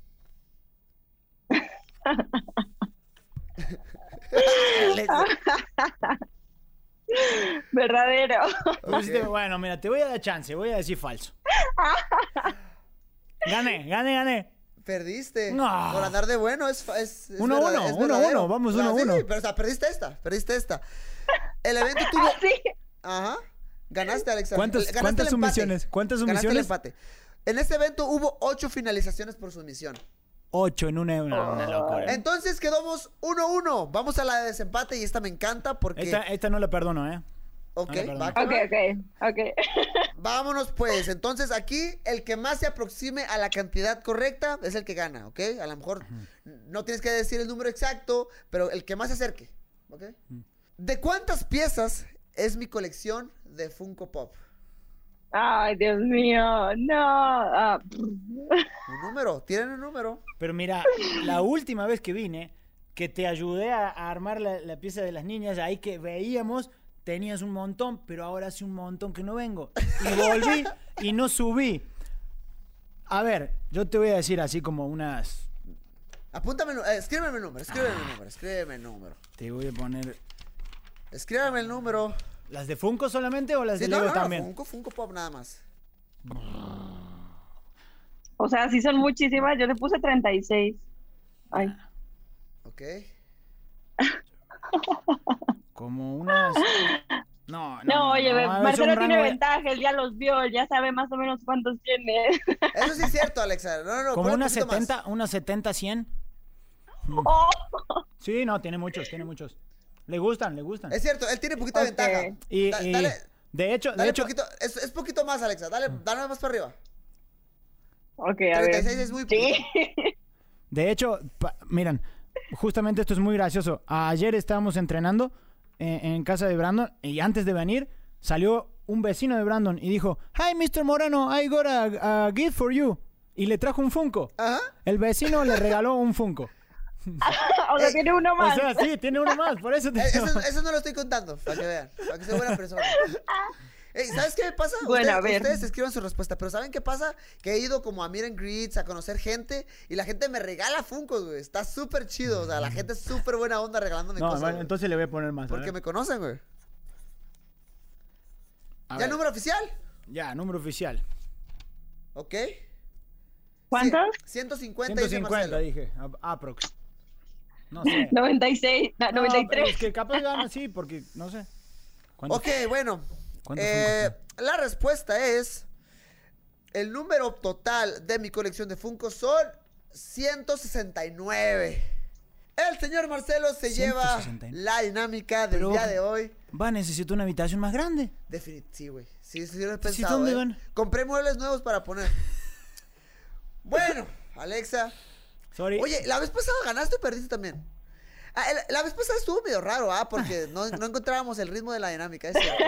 S6: Verdadero.
S5: Okay. Bueno, mira, te voy a dar chance, voy a decir falso. Gané, gané, gané.
S3: Perdiste.
S5: No.
S3: Por andar de bueno, es, es, es
S5: uno,
S3: verdad,
S5: uno,
S3: es
S5: uno, uno, vamos, uno,
S3: sí,
S5: uno.
S3: Sí, pero o sea, perdiste esta, perdiste esta. El evento tuvo...
S6: ¿Sí?
S3: Ajá. Ganaste, Alexa.
S5: ¿Cuántas,
S3: Ganaste
S5: ¿cuántas sumisiones? ¿Cuántas sumisiones?
S3: Ganaste el empate. En este evento hubo ocho finalizaciones por sumisión.
S5: ocho en una, una, una locura.
S3: Entonces quedamos uno uno. Vamos a la de desempate y esta me encanta porque...
S5: Esta, esta no la perdono, ¿eh?
S3: Ok,
S5: no
S3: va,
S6: ok, ok, ok.
S3: Vámonos pues. Entonces aquí el que más se aproxime a la cantidad correcta es el que gana, ¿ok? A lo mejor uh-huh. no tienes que decir el número exacto, pero el que más se acerque, ¿ok? Uh-huh. ¿De cuántas piezas es mi colección de Funko Pop?
S6: Ay, Dios mío, no. Uh.
S3: Un número, tienen un número.
S5: Pero mira, la última vez que vine, que te ayudé a, a armar la, la pieza de las niñas, ahí que veíamos, tenías un montón, pero ahora hace un montón que no vengo. Y volví y no subí. A ver, yo te voy a decir así como unas...
S3: Apúntame, eh, escríbeme el número, escríbeme el número, escríbeme el número.
S5: Te voy a poner...
S3: Escríbeme el número.
S5: ¿Las de Funko solamente o las
S3: sí,
S5: de
S3: no,
S5: Lego
S3: no, no,
S5: también?
S3: Funko, Funko Pop nada más.
S6: O sea, sí son muchísimas. Yo le puse treinta y seis. Ay.
S3: Ok.
S5: Como unas... No, no,
S6: no, oye,
S5: no,
S6: Marcelo tiene
S5: de...
S6: ventaja, él ya los vio, él ya sabe más o menos cuántos tiene.
S3: Eso sí es cierto, Alexa. No, no, no.
S5: Como unas setenta, unas setenta, cien.
S6: Oh.
S5: Sí, no, tiene muchos, tiene muchos. Le gustan, le gustan.
S3: Es cierto, él tiene poquita okay. ventaja.
S5: Y, da, y dale, de hecho,
S3: dale
S5: de hecho...
S3: Poquito, es, es poquito más, Alexa. Dale, dale más para arriba.
S6: Ok, a
S3: treinta y seis
S6: ver.
S3: Es muy poquito.
S6: Sí.
S5: De hecho, pa, miren, justamente esto es muy gracioso. Ayer estábamos entrenando en, en casa de Brandon y antes de venir salió un vecino de Brandon y dijo, "Hi, mister Moreno, I got a, a gift for you." Y le trajo un Funko.
S3: Ajá.
S5: El vecino le regaló un Funko.
S6: O sea, eh, tiene uno más.
S5: O sea, sí, tiene uno más, por eso te
S3: eh, eso, eso no lo estoy contando, para que vean, para que sea buena persona. Hey, ¿sabes qué me pasa?
S6: Bueno,
S3: ustedes,
S6: a ver.
S3: ustedes escriban su respuesta, pero ¿saben qué pasa? Que he ido como a meet and greets, a conocer gente, y la gente me regala Funkos, güey. Está súper chido, o sea, la gente es súper buena onda regalándome
S5: no,
S3: cosas. No,
S5: bueno, entonces le voy a poner más.
S3: Porque me conocen, güey. ¿Ya
S5: ver.
S3: número oficial?
S5: Ya, número oficial.
S3: Ok.
S6: ¿Cuántos?
S3: ciento cincuenta,
S5: ciento cincuenta dije, aprox. No sé.
S6: noventa y seis, no, noventa y tres.
S5: Es que capaz gana así, porque no sé.
S3: Ok, bueno. Eh, la respuesta es: el número total de mi colección de Funko son ciento sesenta y nueve. El señor Marcelo se ciento sesenta y nueve. Lleva la dinámica del Pero día de hoy.
S5: Va, necesito una habitación más grande.
S3: Definitivamente, sí, güey. Sí, sí, lo he pensado.
S5: ¿Sí, ¿Dónde
S3: eh?
S5: van?
S3: Compré muebles nuevos para poner. Bueno, Alexa.
S5: Sorry.
S3: Oye, la vez pasada ganaste o perdiste también. Ah, la, la vez pasada estuvo medio raro, ¿ah? Porque no, no encontrábamos el ritmo de la dinámica, es cierto.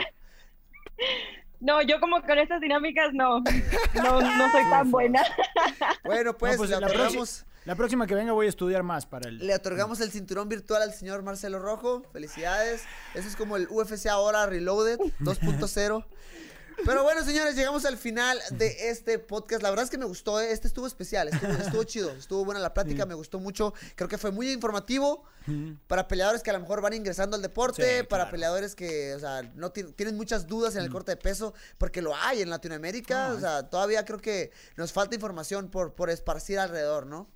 S6: No, yo como con estas dinámicas no, no, no soy tan buena.
S3: Bueno, pues,
S5: no, pues
S3: le
S5: la,
S3: otorgamos,
S5: próxima, la próxima que venga voy a estudiar más para el...
S3: Le otorgamos el cinturón virtual al señor Marcelo Rojo. Felicidades. Eso es como el U F C ahora Reloaded dos punto cero. Pero bueno, señores, llegamos al final de este podcast. La verdad es que me gustó, ¿eh? Este estuvo especial, estuvo, estuvo chido, estuvo buena la plática, sí. Me gustó mucho. Creo que fue muy informativo uh-huh. para peleadores que a lo mejor van ingresando al deporte, sí, para claro. peleadores que, o sea, no tienen muchas dudas en el uh-huh. corte de peso, porque lo hay en Latinoamérica. Uh-huh. O sea, todavía creo que nos falta información por, por esparcir alrededor, ¿no?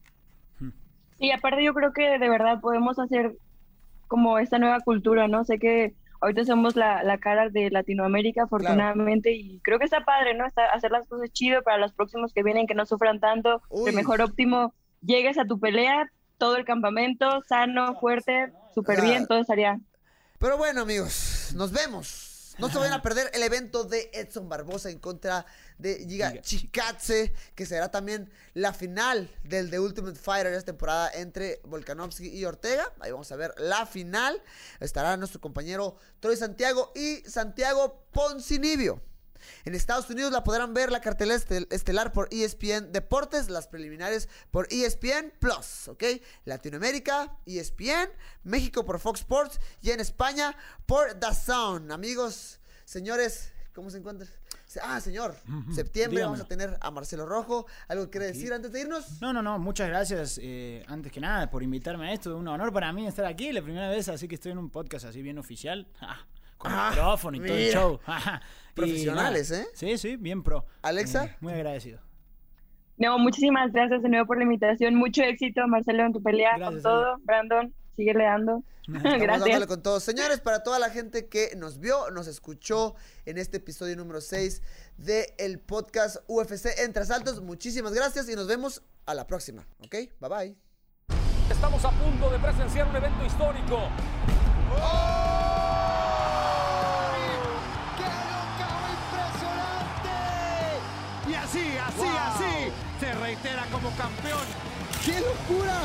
S6: Sí, aparte yo creo que de verdad podemos hacer como esta nueva cultura, ¿no? Sé que ahorita somos la, la cara de Latinoamérica, afortunadamente, claro. Y creo que está padre, ¿no? Está, hacer las cosas chido para los próximos que vienen, que no sufran tanto. Uy. Que mejor óptimo llegues a tu pelea, todo el campamento, sano, fuerte, súper bien, todo estaría.
S3: Pero bueno, amigos, nos vemos. No se vayan a perder el evento de Edson Barbosa en contra de Giga Chikadze, que será también la final del The Ultimate Fighter esta temporada entre Volkanovski y Ortega. Ahí vamos a ver la final. Estará nuestro compañero Troy Santiago y Santiago Poncinibio. En Estados Unidos la podrán ver la cartelera estelar por E S P N Deportes, las preliminares por E S P N Plus, ¿ok? Latinoamérica, E S P N, México por Fox Sports y en España por D A Z N. Amigos, señores, ¿cómo se encuentran? Ah, señor, uh-huh. septiembre Dígame. Vamos a tener a Marcelo Rojo. ¿Algo que quiere decir antes de irnos?
S5: No, no, no, muchas gracias, eh, antes que nada, por invitarme a esto. Es un honor para mí estar aquí, la primera vez, así que estoy en un podcast así bien oficial. Ah, con ah, micrófono y mira. Todo el show.
S3: Profesionales,
S5: nada,
S3: ¿eh?
S5: Sí, sí, bien pro.
S3: Alexa.
S5: Eh, muy agradecido.
S6: No, muchísimas gracias de nuevo por la invitación. Mucho éxito, Marcelo, en tu pelea. Gracias, con todo. Ale. Brandon, síguele dando.
S3: Estamos gracias. Dándole con todo. Señores, para toda la gente que nos vio, nos escuchó en este episodio número seis del podcast U F C Entre Asaltos, muchísimas gracias y nos vemos a la próxima, ¿ok? Bye bye.
S2: Estamos a punto de presenciar un evento histórico.
S4: ¡Oh! ¡Qué locao impresionante! Y así, así, wow. así, se reitera como campeón.
S3: ¡Qué locura!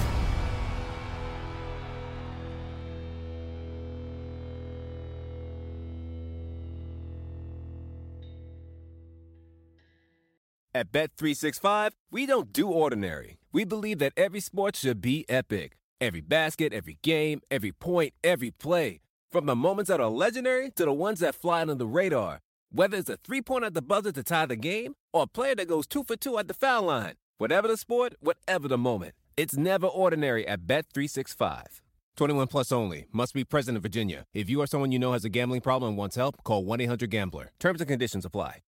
S1: At Bet three sixty-five, we don't do ordinary. We believe that every sport should be epic. Every basket, every game, every point, every play. From the moments that are legendary to the ones that fly under the radar. Whether it's a three-pointer at the buzzer to tie the game or a player that goes two for two at the foul line. Whatever the sport, whatever the moment. It's never ordinary at Bet three sixty-five. twenty-one plus only. Must be present in Virginia. If you or someone you know has a gambling problem and wants help, call one eight hundred gambler. Terms and conditions apply.